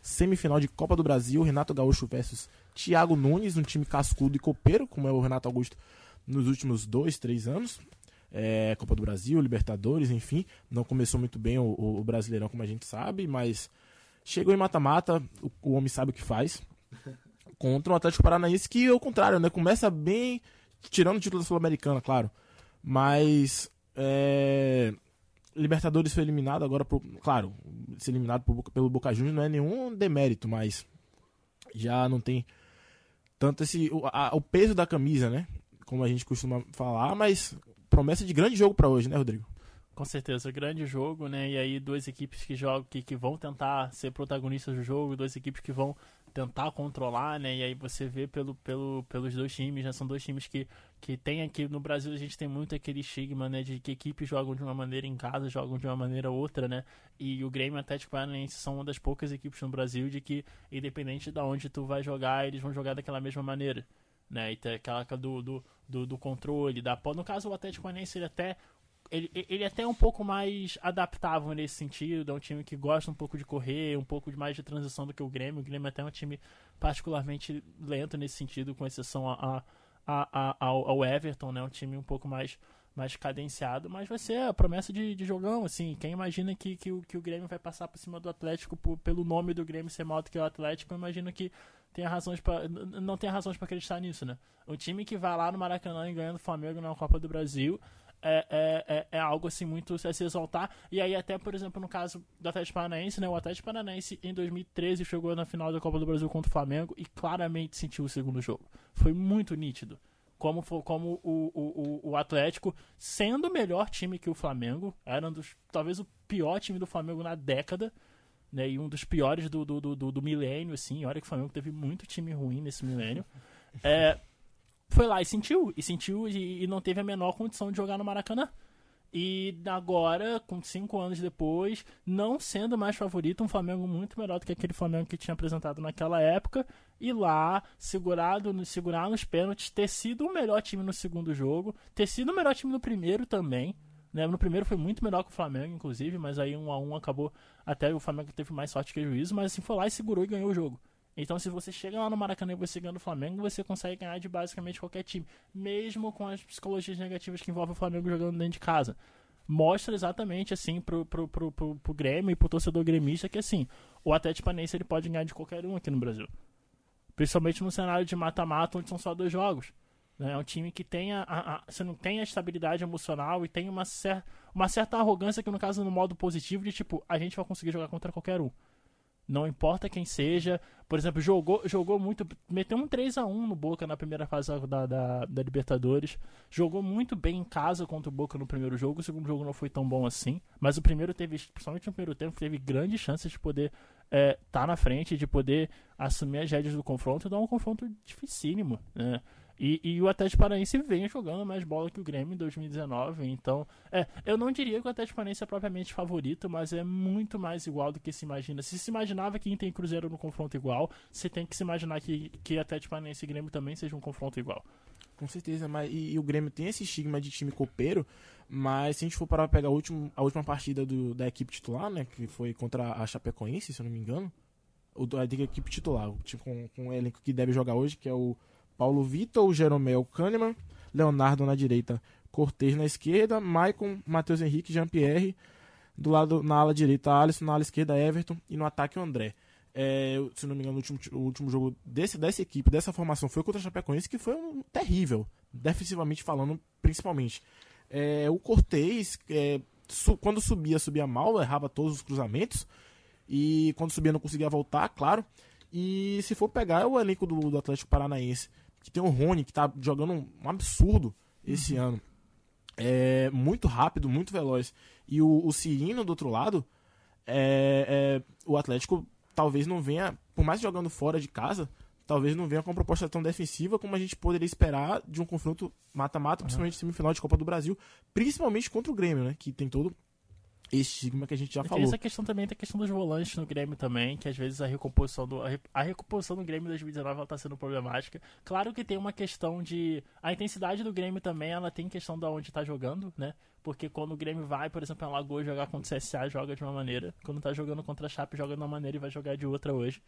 semifinal de Copa do Brasil, Renato Gaúcho versus Thiago Nunes, um time cascudo e copeiro, como é o Renato Augusto nos últimos dois, três anos. É, Copa do Brasil, Libertadores, enfim, não começou muito bem o, o Brasileirão, como a gente sabe, mas chegou em mata-mata, o, o homem sabe o que faz, contra um Atlético Paranaense que, ao contrário, né, começa bem, tirando o título da Sul-Americana, claro, mas é, Libertadores foi eliminado agora, por, claro, ser eliminado por, pelo Boca Juniors não é nenhum demérito, mas já não tem tanto esse, o, a, o peso da camisa, né, como a gente costuma falar, mas promessa de grande jogo para hoje, né, Rodrigo? Com certeza, grande jogo, né? E aí duas equipes que jogam, que, que vão tentar ser protagonistas do jogo, duas equipes que vão tentar controlar, né? E aí você vê pelo, pelo, pelos dois times, né? São dois times que, que tem aqui no Brasil, a gente tem muito aquele estigma, né? De que equipes jogam de uma maneira em casa, jogam de uma maneira outra, né? E o Grêmio e o Atlético Paranaense são uma das poucas equipes no Brasil de que, independente de onde tu vai jogar, eles vão jogar daquela mesma maneira. Né, e tem aquela do, do, do, do controle da, no caso o Atlético Paranaense ele até ele, ele é até um pouco mais adaptável nesse sentido, é um time que gosta um pouco de correr, um pouco mais de transição do que o Grêmio. O Grêmio é até um time particularmente lento nesse sentido, com exceção a, a, a, ao, ao Everton, né, um time um pouco mais, mais cadenciado, mas vai ser a promessa de, de jogão, assim, quem imagina que, que, o, que o Grêmio vai passar por cima do Atlético por, pelo nome do Grêmio ser maior do que o Atlético, eu imagino que tem razões pra, não tem razões para acreditar nisso, né? O time que vai lá no Maracanã e ganha do Flamengo na Copa do Brasil é, é, é, é algo assim muito a se exaltar. E aí até, por exemplo, no caso do Atlético Paranaense, né? O Atlético Paranaense em dois mil e treze chegou na final da Copa do Brasil contra o Flamengo e claramente sentiu o segundo jogo. Foi muito nítido. Como, como o, o, o Atlético, sendo o melhor time que o Flamengo, era um dos, talvez o pior time do Flamengo na década, né, e um dos piores do, do, do, do milênio, assim, olha que o Flamengo teve muito time ruim nesse milênio, é, foi lá e sentiu, e sentiu e, e não teve a menor condição de jogar no Maracanã. E agora, com cinco anos depois, não sendo mais favorito, um Flamengo muito melhor do que aquele Flamengo que tinha apresentado naquela época, e lá, segurado, segurar nos pênaltis, ter sido o melhor time no segundo jogo, ter sido o melhor time no primeiro também. Né? No primeiro foi muito melhor que o Flamengo, inclusive, mas aí um a um acabou, até o Flamengo teve mais sorte que juízo, mas assim, foi lá e segurou e ganhou o jogo. Então se você chega lá no Maracanã e você ganha do Flamengo, você consegue ganhar de basicamente qualquer time, mesmo com as psicologias negativas que envolvem o Flamengo jogando dentro de casa. Mostra exatamente assim pro, pro, pro, pro, pro Grêmio e pro torcedor gremista que assim, o Atlético Paranaense ele pode ganhar de qualquer um aqui no Brasil. Principalmente no cenário de mata-mata, onde são só dois jogos. É um time que tem a, a, a, você não tem a estabilidade emocional e tem uma, cer uma certa arrogância que no caso no modo positivo de tipo, a gente vai conseguir jogar contra qualquer um. Não importa quem seja. Por exemplo, jogou, jogou muito, meteu um três a um no Boca na primeira fase da, da, da Libertadores. Jogou muito bem em casa contra o Boca no primeiro jogo. O segundo jogo não foi tão bom assim. Mas o primeiro teve, principalmente no primeiro tempo, teve grandes chances de poder estar é, tá na frente, de poder assumir as rédeas do confronto e dar um confronto dificílimo, né? E, e o Atlético Paranaense vem jogando mais bola que o Grêmio em dois mil e dezenove, então é, eu não diria que o Atlético Paranaense é propriamente favorito, mas é muito mais igual do que se imagina. Se se imaginava que Inter e Cruzeiro no confronto igual, você tem que se imaginar que, que Atlético Paranaense e Grêmio também seja um confronto igual. Com certeza, mas e, e o Grêmio tem esse estigma de time copeiro, mas se a gente for parar pra pegar a última, a última partida do, da equipe titular, né, que foi contra a Chapecoense, se eu não me engano, o, a equipe titular, tipo, com, com o elenco que deve jogar hoje, que é o Paulo Vitor, o Jeromel Kahneman, Leonardo na direita, Cortez na esquerda, Maicon, Matheus Henrique, Jean-Pierre, do lado, na ala direita, Alisson, na ala esquerda, Everton, e no ataque, o André. É, se não me engano, o último, o último jogo desse, dessa equipe, dessa formação, foi contra a Chapecoense, que foi um terrível, defensivamente falando, principalmente. É, o Cortez, é, su, quando subia, subia mal, errava todos os cruzamentos, e quando subia não conseguia voltar, claro. E se for pegar é o elenco do, do Atlético Paranaense, que tem o Rony, que tá jogando um, um absurdo esse uhum. ano. É muito rápido, muito veloz. E o, o Cirino, do outro lado, é, é, o Atlético talvez não venha, por mais jogando fora de casa, talvez não venha com uma proposta tão defensiva como a gente poderia esperar de um confronto mata-mata, uhum. principalmente semifinal de Copa do Brasil, principalmente contra o Grêmio, né, que tem todo esse estigma que a gente já Tem falou. essa questão também, tem a questão dos volantes no Grêmio também, que às vezes a recomposição do, a, re, a recomposição do Grêmio em dois mil e dezenove ela tá sendo problemática. Claro que tem uma questão de... A intensidade do Grêmio também, ela tem questão de onde tá jogando, né? Porque quando o Grêmio vai, por exemplo, em Alagoas jogar contra o C S A, joga de uma maneira. Quando tá jogando contra a Chape, joga de uma maneira e vai jogar de outra hoje.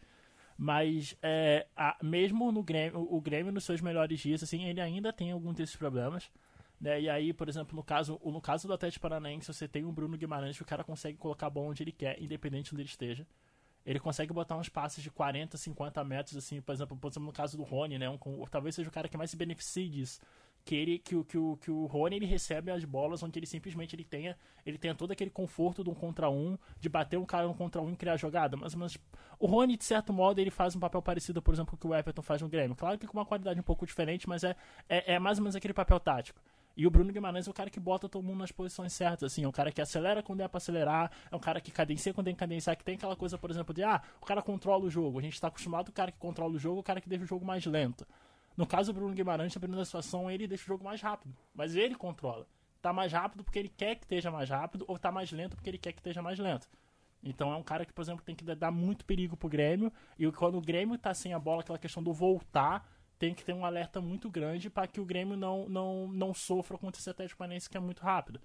Mas é, a, mesmo no Grêmio, o Grêmio nos seus melhores dias, assim, ele ainda tem alguns desses problemas. Né? E aí, por exemplo, no caso, no caso do Atlético Paranaense, você tem um Bruno Guimarães que o cara consegue colocar a bola onde ele quer, independente de onde ele esteja. Ele consegue botar uns passes de quarenta, cinquenta metros, assim, por exemplo, por exemplo no caso do Rony, né? Um, com, talvez seja o cara que mais se beneficie disso. Que, ele, que, que, o, que o Rony ele recebe as bolas onde ele simplesmente ele tenha, ele tenha todo aquele conforto de um contra um, de bater um cara um contra um e criar jogada. Mas, mas o Rony, de certo modo, ele faz um papel parecido, por exemplo, com o que o Everton faz no Grêmio. Claro que com uma qualidade um pouco diferente, mas é, é, é mais ou menos aquele papel tático. E o Bruno Guimarães é o cara que bota todo mundo nas posições certas, assim, é um cara que acelera quando é pra acelerar, é um cara que cadencia quando tem que cadenciar, que tem aquela coisa, por exemplo, de, ah, o cara controla o jogo, a gente tá acostumado o cara que controla o jogo, o cara que deixa o jogo mais lento. No caso do Bruno Guimarães, dependendo da situação, ele deixa o jogo mais rápido, mas ele controla. Tá mais rápido porque ele quer que esteja mais rápido, ou tá mais lento porque ele quer que esteja mais lento. Então é um cara que, por exemplo, tem que dar muito perigo pro Grêmio, e quando o Grêmio tá sem a bola, aquela questão do voltar, tem que ter um alerta muito grande para que o Grêmio não, não, não sofra contra esse Atlético Paranaense que é muito rápido.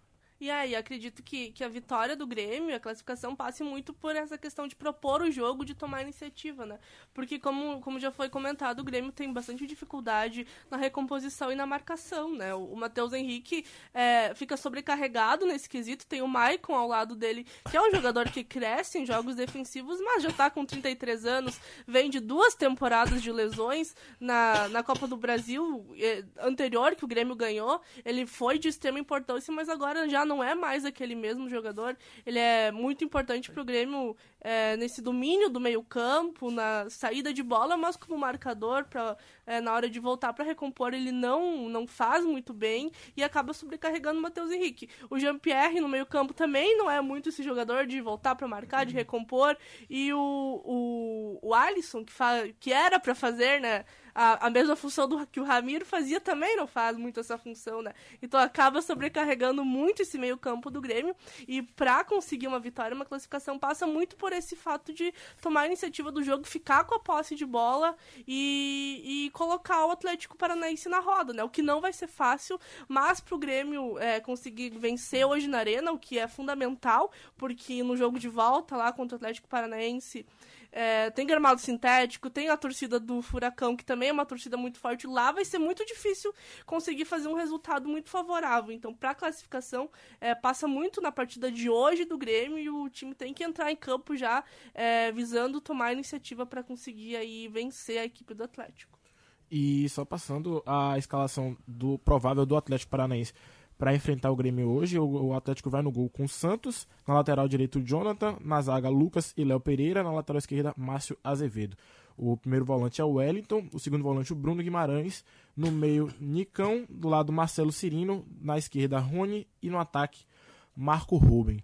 E aí, acredito que, que a vitória do Grêmio, a classificação, passe muito por essa questão de propor o jogo, de tomar iniciativa, né? Porque, como, como já foi comentado, o Grêmio tem bastante dificuldade na recomposição e na marcação, né? O, o Matheus Henrique é, fica sobrecarregado nesse quesito, tem o Maicon ao lado dele, que é um jogador que cresce em jogos defensivos, mas já tá com trinta e três anos, vem de duas temporadas de lesões na, na Copa do Brasil eh, anterior, que o Grêmio ganhou, ele foi de extrema importância, mas agora já não é mais aquele mesmo jogador. Ele é muito importante pro Grêmio é, nesse domínio do meio campo, na saída de bola, mas como marcador, pra, é, na hora de voltar para recompor, ele não, não faz muito bem e acaba sobrecarregando o Matheus Henrique. O Jean-Pierre no meio campo também não é muito esse jogador de voltar para marcar, de recompor, e o, o, o Alisson, que, fa, que era para fazer, né, a, a mesma função do, que o Ramiro fazia, também não faz muito essa função, né? Então acaba sobrecarregando muito esse meio campo do Grêmio, e para conseguir uma vitória, uma classificação, passa muito por esse fato de tomar a iniciativa do jogo, ficar com a posse de bola e, e colocar o Atlético Paranaense na roda, né? O que não vai ser fácil, mas pro Grêmio é, conseguir vencer hoje na Arena, o que é fundamental, porque no jogo de volta lá contra o Atlético Paranaense é, tem gramado sintético, tem a torcida do Furacão, que também é uma torcida muito forte lá, vai ser muito difícil conseguir fazer um resultado muito favorável. Então, para a classificação, é, passa muito na partida de hoje do Grêmio, e o time tem que entrar em campo já é, visando tomar a iniciativa para conseguir aí vencer a equipe do Atlético. E só passando a escalação do provável do Atlético Paranaense para enfrentar o Grêmio hoje, o, o Atlético vai no gol com Santos, na lateral direito Jonathan, na zaga Lucas e Léo Pereira, na lateral esquerda Márcio Azevedo. O primeiro volante é o Wellington, o segundo volante o Bruno Guimarães, no meio Nicão, do lado Marcelo Cirino, na esquerda Rony e no ataque Marco Ruben.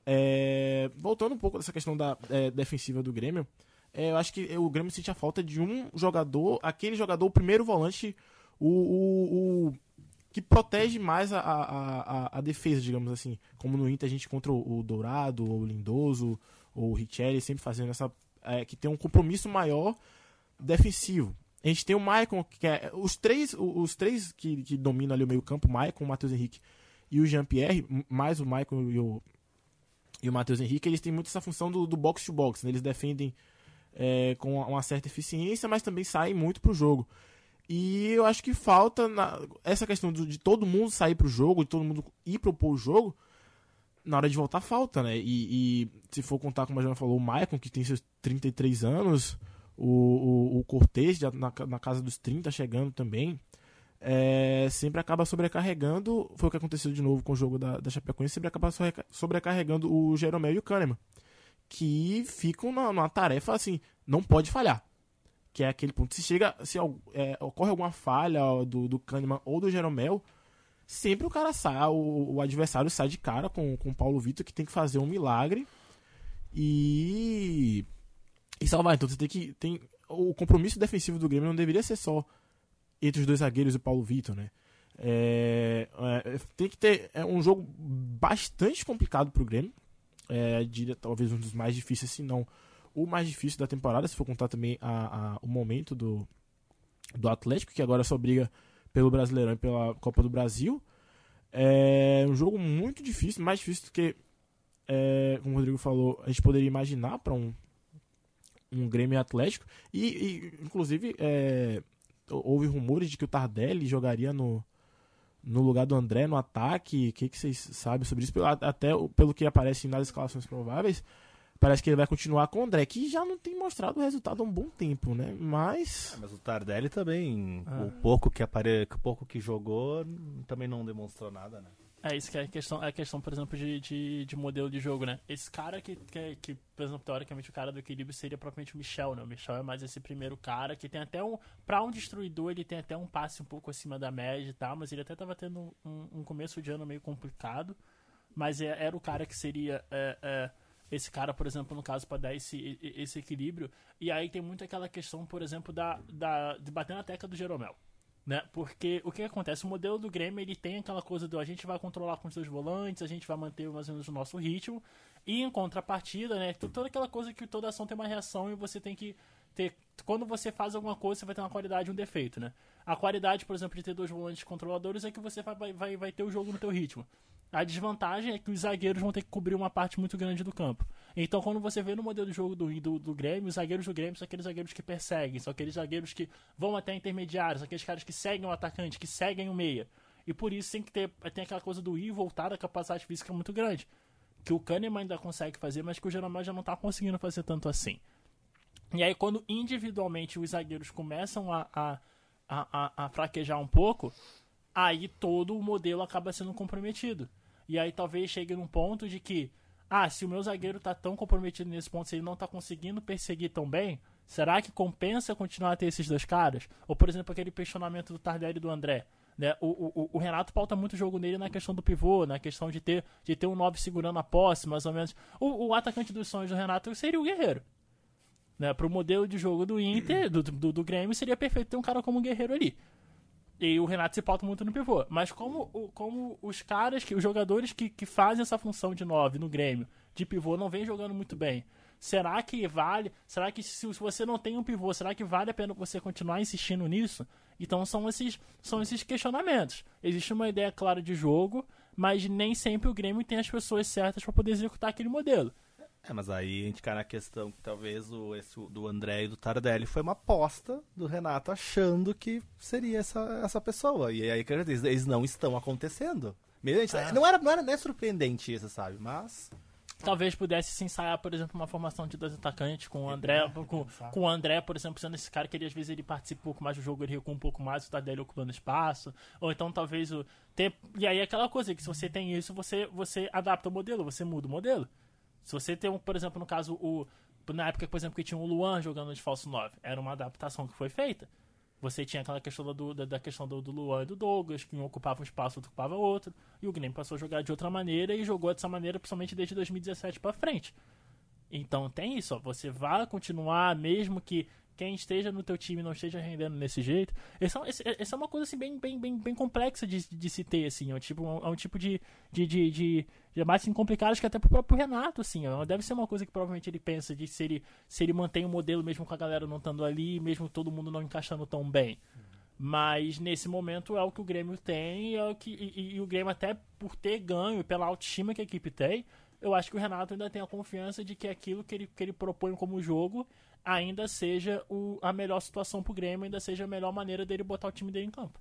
É, voltando um pouco dessa questão da é, defensiva do Grêmio, é, eu acho que o Grêmio sente a falta de um jogador, aquele jogador, o primeiro volante, o, o, o que protege mais a, a, a, a defesa, digamos assim. Como no Inter a gente contra o, o Dourado, ou o Lindoso, ou o Richelli, sempre fazendo essa... É, que tem um compromisso maior defensivo. A gente tem o Maicon, que é... Os três, os três que, que dominam ali o meio campo, o Maicon, o Matheus Henrique e o Jean-Pierre, mais o Maicon e o, e o Matheus Henrique, eles têm muito essa função do, do box-to-box, né? Eles defendem é, com uma certa eficiência, mas também saem muito pro jogo. E eu acho que falta na, essa questão de, de todo mundo sair pro jogo, de todo mundo ir propor o jogo, na hora de voltar falta, né? E, e se for contar, como a Joana falou, o Maicon, que tem seus trinta e três anos, o, o, o Cortez, já na, na casa dos trinta, chegando também, é, sempre acaba sobrecarregando, foi o que aconteceu de novo com o jogo da, da Chapecoense, sempre acaba sobrecarregando o Jeromel e o Kahneman, que ficam na, numa tarefa assim, não pode falhar. Que é aquele ponto, se chega, se é, ocorre alguma falha do, do Kahneman ou do Jeromel, sempre o cara sai, o, o adversário sai de cara com, com o Paulo Vitor, que tem que fazer um milagre e, e salvar. Então você tem que, tem, o compromisso defensivo do Grêmio não deveria ser só entre os dois zagueiros e o Paulo Vitor, né? É, é, tem que ter é um jogo bastante complicado pro Grêmio. É, diria, talvez um dos mais difíceis, se não o mais difícil da temporada, se for contar também a, a, o momento do, do Atlético, que agora só briga pelo Brasileirão e pela Copa do Brasil. É um jogo muito difícil, mais difícil do que, é, como o Rodrigo falou, a gente poderia imaginar para um, um Grêmio Atlético. E, e inclusive, é, houve rumores de que o Tardelli jogaria no, no lugar do André no ataque. O que, que vocês sabem sobre isso? Até pelo que aparece nas escalações prováveis, parece que ele vai continuar com o André, que já não tem mostrado o resultado há um bom tempo, né? Mas... É, mas o Tardelli também, Ah. o pouco que, apare... o pouco que jogou, também não demonstrou nada, né? É isso que é a questão, é a questão, por exemplo, de, de, de modelo de jogo, né? Esse cara que, que, que, por exemplo, teoricamente o cara do equilíbrio seria propriamente o Michel, né? O Michel é mais esse primeiro cara que tem até um... Pra um destruidor, ele tem até um passe um pouco acima da média e tal, mas ele até tava tendo um, um começo de ano meio complicado, mas é, era o cara que seria... É, é, esse cara, por exemplo, no caso, para dar esse, esse equilíbrio. E aí tem muito aquela questão, por exemplo, da, da, de bater na tecla do Jeromel. Né? Porque o que acontece? O modelo do Grêmio, ele tem aquela coisa do a gente vai controlar com os dois volantes, a gente vai manter mais ou menos o nosso ritmo. E em contrapartida, né, toda aquela coisa que toda ação tem uma reação e você tem que ter... Quando você faz alguma coisa, você vai ter uma qualidade e um defeito, né? A qualidade, por exemplo, de ter dois volantes controladores é que você vai, vai, vai ter o jogo no teu ritmo. A desvantagem é que os zagueiros vão ter que cobrir uma parte muito grande do campo. Então, quando você vê no modelo de jogo do, do, do Grêmio, os zagueiros do Grêmio são aqueles zagueiros que perseguem, são aqueles zagueiros que vão até intermediários, são aqueles caras que seguem o atacante, que seguem o meia. E por isso tem que ter tem aquela coisa do ir e voltar da capacidade física muito grande. Que o Kahneman ainda consegue fazer, mas que o Jeromel já não está conseguindo fazer tanto assim. E aí, quando individualmente os zagueiros começam a, a, a, a fraquejar um pouco, aí todo o modelo acaba sendo comprometido. E aí talvez chegue num ponto de que, ah, se o meu zagueiro tá tão comprometido nesse ponto, se ele não tá conseguindo perseguir tão bem, será que compensa continuar a ter esses dois caras? Ou, por exemplo, aquele questionamento do Tardelli e do André. Né? O, o, o Renato pauta muito o jogo nele na questão do pivô, na questão de ter, de ter um nove segurando a posse, mais ou menos. O, o atacante dos sonhos do Renato seria o Guerreiro. Né? Pro modelo de jogo do Inter, do, do, do Grêmio, seria perfeito ter um cara como o Guerreiro ali. E o Renato se pauta muito no pivô. Mas como, como os caras, que, os jogadores que, que fazem essa função de nove no Grêmio, de pivô, não vem jogando muito bem, será que vale... Será que se você não tem um pivô, será que vale a pena você continuar insistindo nisso? Então são esses, são esses questionamentos. Existe uma ideia clara de jogo, mas nem sempre o Grêmio tem as pessoas certas para poder executar aquele modelo. É, mas aí a gente cai na questão que talvez o esse do André e do Tardelli foi uma aposta do Renato achando que seria essa, essa pessoa. E aí, quer dizer, eles não estão acontecendo. Ah. Não era, não era nem surpreendente isso, sabe? Mas... Talvez pudesse se ensaiar, por exemplo, uma formação de dois atacantes com o André, com, com o André, por exemplo, sendo esse cara que ele, às vezes ele participa um pouco mais do jogo, ele recua um pouco mais, o Tardelli ocupando espaço, ou então talvez o... Ter, e aí aquela coisa, que se você tem isso, você, você adapta o modelo, você muda o modelo. Se você tem, por exemplo, no caso, o na época, por exemplo, que tinha o Luan jogando de falso nove, era uma adaptação que foi feita. Você tinha aquela questão do, da, da questão do, do Luan e do Douglas, que um ocupava um espaço, outro ocupava outro, e o Grêmio passou a jogar de outra maneira e jogou dessa maneira principalmente desde dois mil e dezessete para frente. Então tem isso, ó, você vai continuar, mesmo que quem esteja no teu time não esteja rendendo desse jeito. Essa, essa, essa é uma coisa assim, bem, bem, bem, bem complexa de, de se ter, assim, é um tipo, é um tipo de, de, de, de, de mais assim, complicados que até pro próprio Renato, assim, ó, deve ser uma coisa que provavelmente ele pensa de se ele, se ele mantém o modelo mesmo com a galera não estando ali, mesmo todo mundo não encaixando tão bem. Mas nesse momento é o que o Grêmio tem, é o que, e, e o Grêmio até por ter ganho, pela autoestima que a equipe tem, eu acho que o Renato ainda tem a confiança de que aquilo que ele, que ele propõe como jogo ainda seja o, a melhor situação pro Grêmio, ainda seja a melhor maneira dele botar o time dele em campo.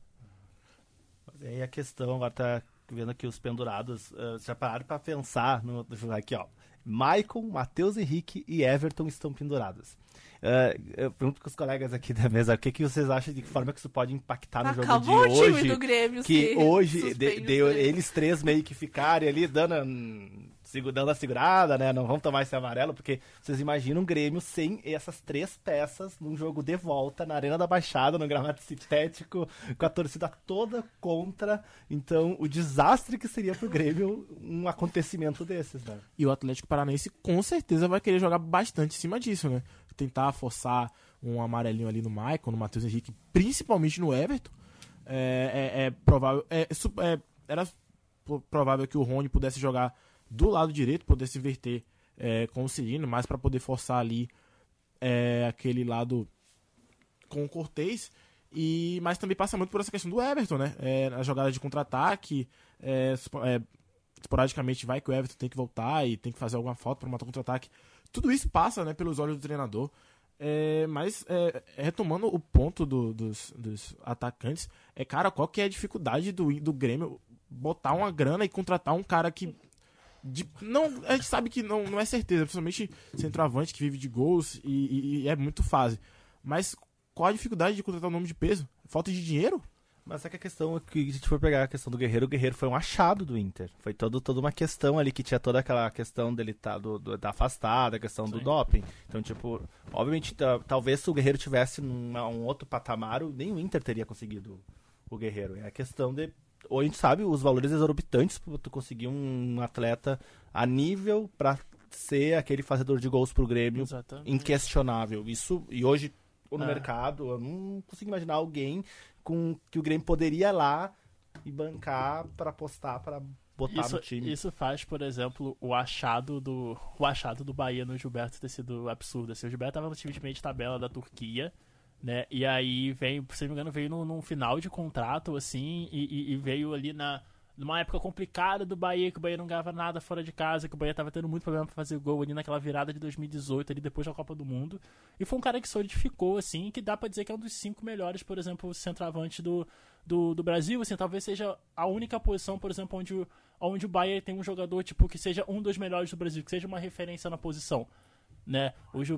Mas aí a questão, agora tá vendo aqui os pendurados, uh, já pararam pra pensar no, no jogo aqui, ó. Maicon, Matheus Henrique e Everton estão pendurados. Uh, eu pergunto com os colegas aqui da mesa, o que, que vocês acham, de que forma que isso pode impactar no Acabou jogo de o hoje? time do Grêmio, que hoje de, de, eles três meio que ficarem ali dando, hum, dando a segurada, né? Não vão tomar esse amarelo, porque vocês imaginam um Grêmio sem essas três peças num jogo de volta na Arena da Baixada, no gramado sintético, com a torcida toda contra. Então, o desastre que seria pro Grêmio um acontecimento desses, né? E o Atlético Paranaense com certeza vai querer jogar bastante em cima disso, né? Tentar forçar um amarelinho ali no Maicon, no Matheus Henrique, principalmente no Everton, É, é, é provável. É, é, era provável que o Rony pudesse jogar do lado direito, pudesse inverter é, com o Cirino, mas para poder forçar ali é, aquele lado com o Cortez. E, mas também passa muito por essa questão do Everton, né? É, a jogada de contra-ataque, é, é, esporadicamente vai que o Everton tem que voltar e tem que fazer alguma falta para matar o contra-ataque. Tudo isso passa, né, pelos olhos do treinador. É, mas, é, retomando o ponto do, dos, dos atacantes, é, cara, qual que é a dificuldade do, do Grêmio botar uma grana e contratar um cara que... De, não, a gente sabe que não, não é certeza, principalmente centroavante que vive de gols e, e, e é muito fase. Mas... qual a dificuldade de contratar um nome de peso? Falta de dinheiro? Mas é que a questão, que a gente for pegar a questão do Guerreiro, o Guerreiro foi um achado do Inter. Foi todo, toda uma questão ali que tinha toda aquela questão dele tá, do, do, da afastada, a questão Sim. do doping. Então, tipo, obviamente, talvez se o Guerreiro tivesse num um outro patamar, nem o Inter teria conseguido o Guerreiro. É a questão de... ou a gente sabe os valores exorbitantes para tu conseguir um atleta a nível para ser aquele fazedor de gols pro Grêmio. Exatamente. Inquestionável. Isso, e hoje... no é. mercado, eu não consigo imaginar alguém com que o Grêmio poderia ir lá e bancar para apostar, para botar isso, no time. Isso faz, por exemplo, o achado do o achado do Bahia no Gilberto ter sido absurdo. Assim, o Gilberto estava no time de meio de tabela da Turquia, né? E aí veio, se não me engano, veio num, num final de contrato, assim, e, e, e veio ali na numa época complicada do Bahia, que o Bahia não ganhava nada fora de casa, que o Bahia tava tendo muito problema pra fazer gol ali naquela virada de dois mil e dezoito, ali depois da Copa do Mundo. E foi um cara que solidificou, assim, que dá pra dizer que é um dos cinco melhores, por exemplo, centroavante do, do, do Brasil, assim, talvez seja a única posição, por exemplo, onde o, onde o Bahia tem um jogador, tipo, que seja um dos melhores do Brasil, que seja uma referência na posição, né? Hoje o...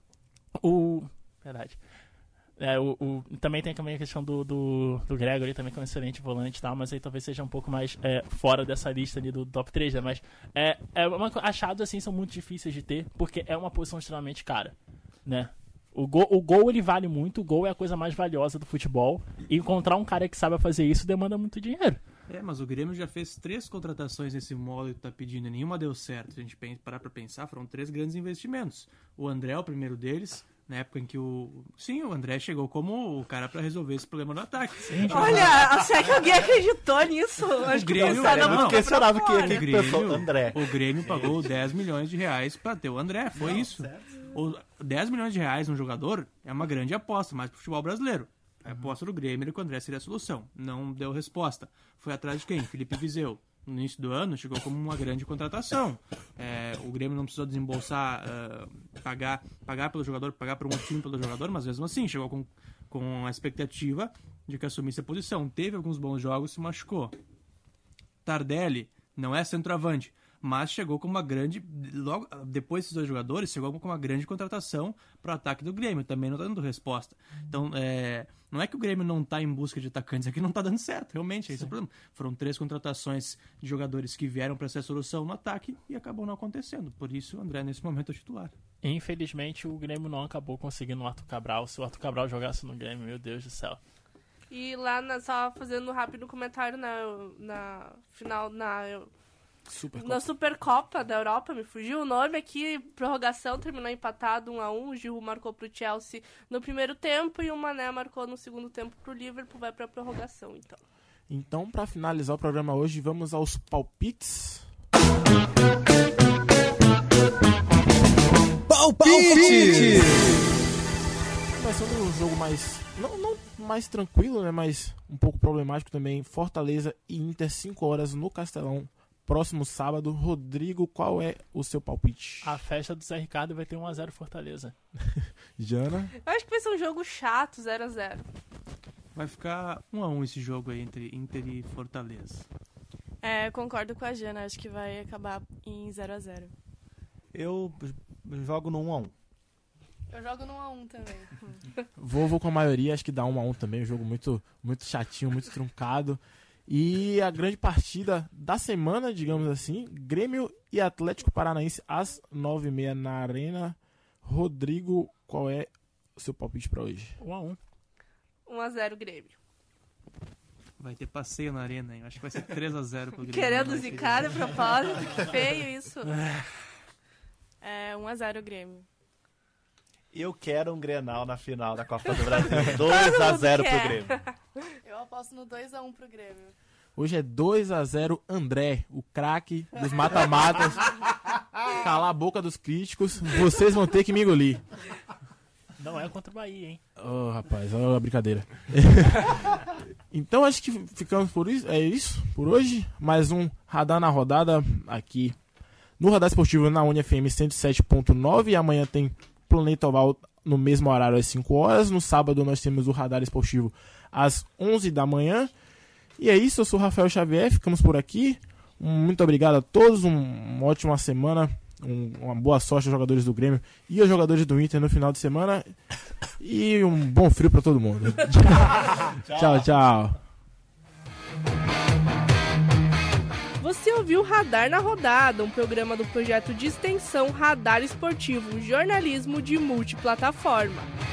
o verdade. É, o, o, também tem também a questão do, do, do Gregory, também que é um excelente volante e tal, mas aí talvez seja um pouco mais é, fora dessa lista ali do top três, né? Mas é, é uma, achados assim são muito difíceis de ter, porque é uma posição extremamente cara, né? O gol, o gol ele vale muito, o gol é a coisa mais valiosa do futebol, e encontrar um cara que saiba fazer isso demanda muito dinheiro. É, mas o Grêmio já fez três contratações nesse modo que tu tá pedindo e nenhuma deu certo. Se a gente parar pra pensar, foram três grandes investimentos. O André é o primeiro deles, na época em que o... Sim, o André chegou como o cara pra resolver esse problema do ataque. Sim, olha, será que alguém acreditou nisso? Acho o Grêmio, que é muito questionável que o Grêmio, André. O Grêmio pagou dez milhões de reais pra ter o André, foi Não, isso. O dez milhões de reais num jogador é uma grande aposta, mais pro futebol brasileiro. A aposta do Grêmio era que o André seria a solução. Não deu resposta. Foi atrás de quem? Felipe Viseu. No início do ano chegou como uma grande contratação. É, o Grêmio não precisou desembolsar, uh, pagar, pagar pelo jogador, pagar por um time pelo jogador, mas mesmo assim chegou com, com a expectativa de que assumisse a posição. Teve alguns bons jogos, se machucou. Tardelli não é centroavante, mas chegou com uma grande... Logo depois desses dois jogadores, chegou com uma grande contratação para o ataque do Grêmio. Também não está dando resposta. Então, é, não é que o Grêmio não está em busca de atacantes, é que não está dando certo, realmente. Esse é o problema. Foram três contratações de jogadores que vieram para ser a solução no ataque e acabou não acontecendo. Por isso, o André, nesse momento, é o titular. Infelizmente, o Grêmio não acabou conseguindo o Arthur Cabral. Se o Arthur Cabral jogasse no Grêmio, meu Deus do céu. E lá, na, só fazendo um rápido comentário na, na final... na Supercopa. Na Supercopa da Europa, me fugiu o nome aqui, prorrogação, terminou empatado um a um, o Giroud marcou pro Chelsea no primeiro tempo e o Mané marcou no segundo tempo pro Liverpool, vai pra prorrogação, então. Então, pra finalizar o programa hoje, vamos aos palpites. Palpite! Começando um jogo mais, não, não mais tranquilo, né, mas um pouco problemático também, Fortaleza e Inter, cinco horas no Castelão. Próximo sábado, Rodrigo, qual é o seu palpite? A festa do Zé Ricardo vai ter um a zero Fortaleza. Jana? Eu acho que vai ser um jogo chato, zero a zero. Vai ficar um a um esse jogo aí entre Inter e Fortaleza. É, concordo com a Jana, acho que vai acabar em zero a zero. Eu jogo no um a um. Eu jogo no um a um também. Vou, vou com a maioria, acho que dá um a um também, um jogo muito, muito chatinho, muito truncado. E a grande partida da semana, digamos assim, Grêmio e Atlético Paranaense às nove e meia na Arena. Rodrigo, qual é o seu palpite para hoje? um a um. um a zero Grêmio. Vai ter passeio na Arena, hein? Acho que vai ser três a zero pro Grêmio. Querendo zicar de propósito, que feio isso. É um a zero Grêmio. Eu quero um Grenal na final da Copa do Brasil. dois a zero pro Grêmio. Eu aposto no dois a um pro Grêmio. Hoje é dois a zero André, o craque dos mata-matas. Calar a boca dos críticos, vocês vão ter que me engolir. Não é contra o Bahia, hein? Oh, rapaz, olha a brincadeira. Então acho que ficamos por isso, é isso, por hoje. Mais um Radar na Rodada aqui no Radar Esportivo na Uni F M cento e sete ponto nove. E amanhã tem Planeta Oval no mesmo horário às cinco horas. No sábado nós temos o Radar Esportivo às onze da manhã. E é isso, eu sou o Rafael Xavier, ficamos por aqui. Muito obrigado a todos, um, uma ótima semana, um, uma boa sorte aos jogadores do Grêmio e aos jogadores do Inter no final de semana. E um bom frio para todo mundo. Tchau, tchau. Você ouviu Radar na Rodada, um programa do projeto de extensão Radar Esportivo, jornalismo de multiplataforma.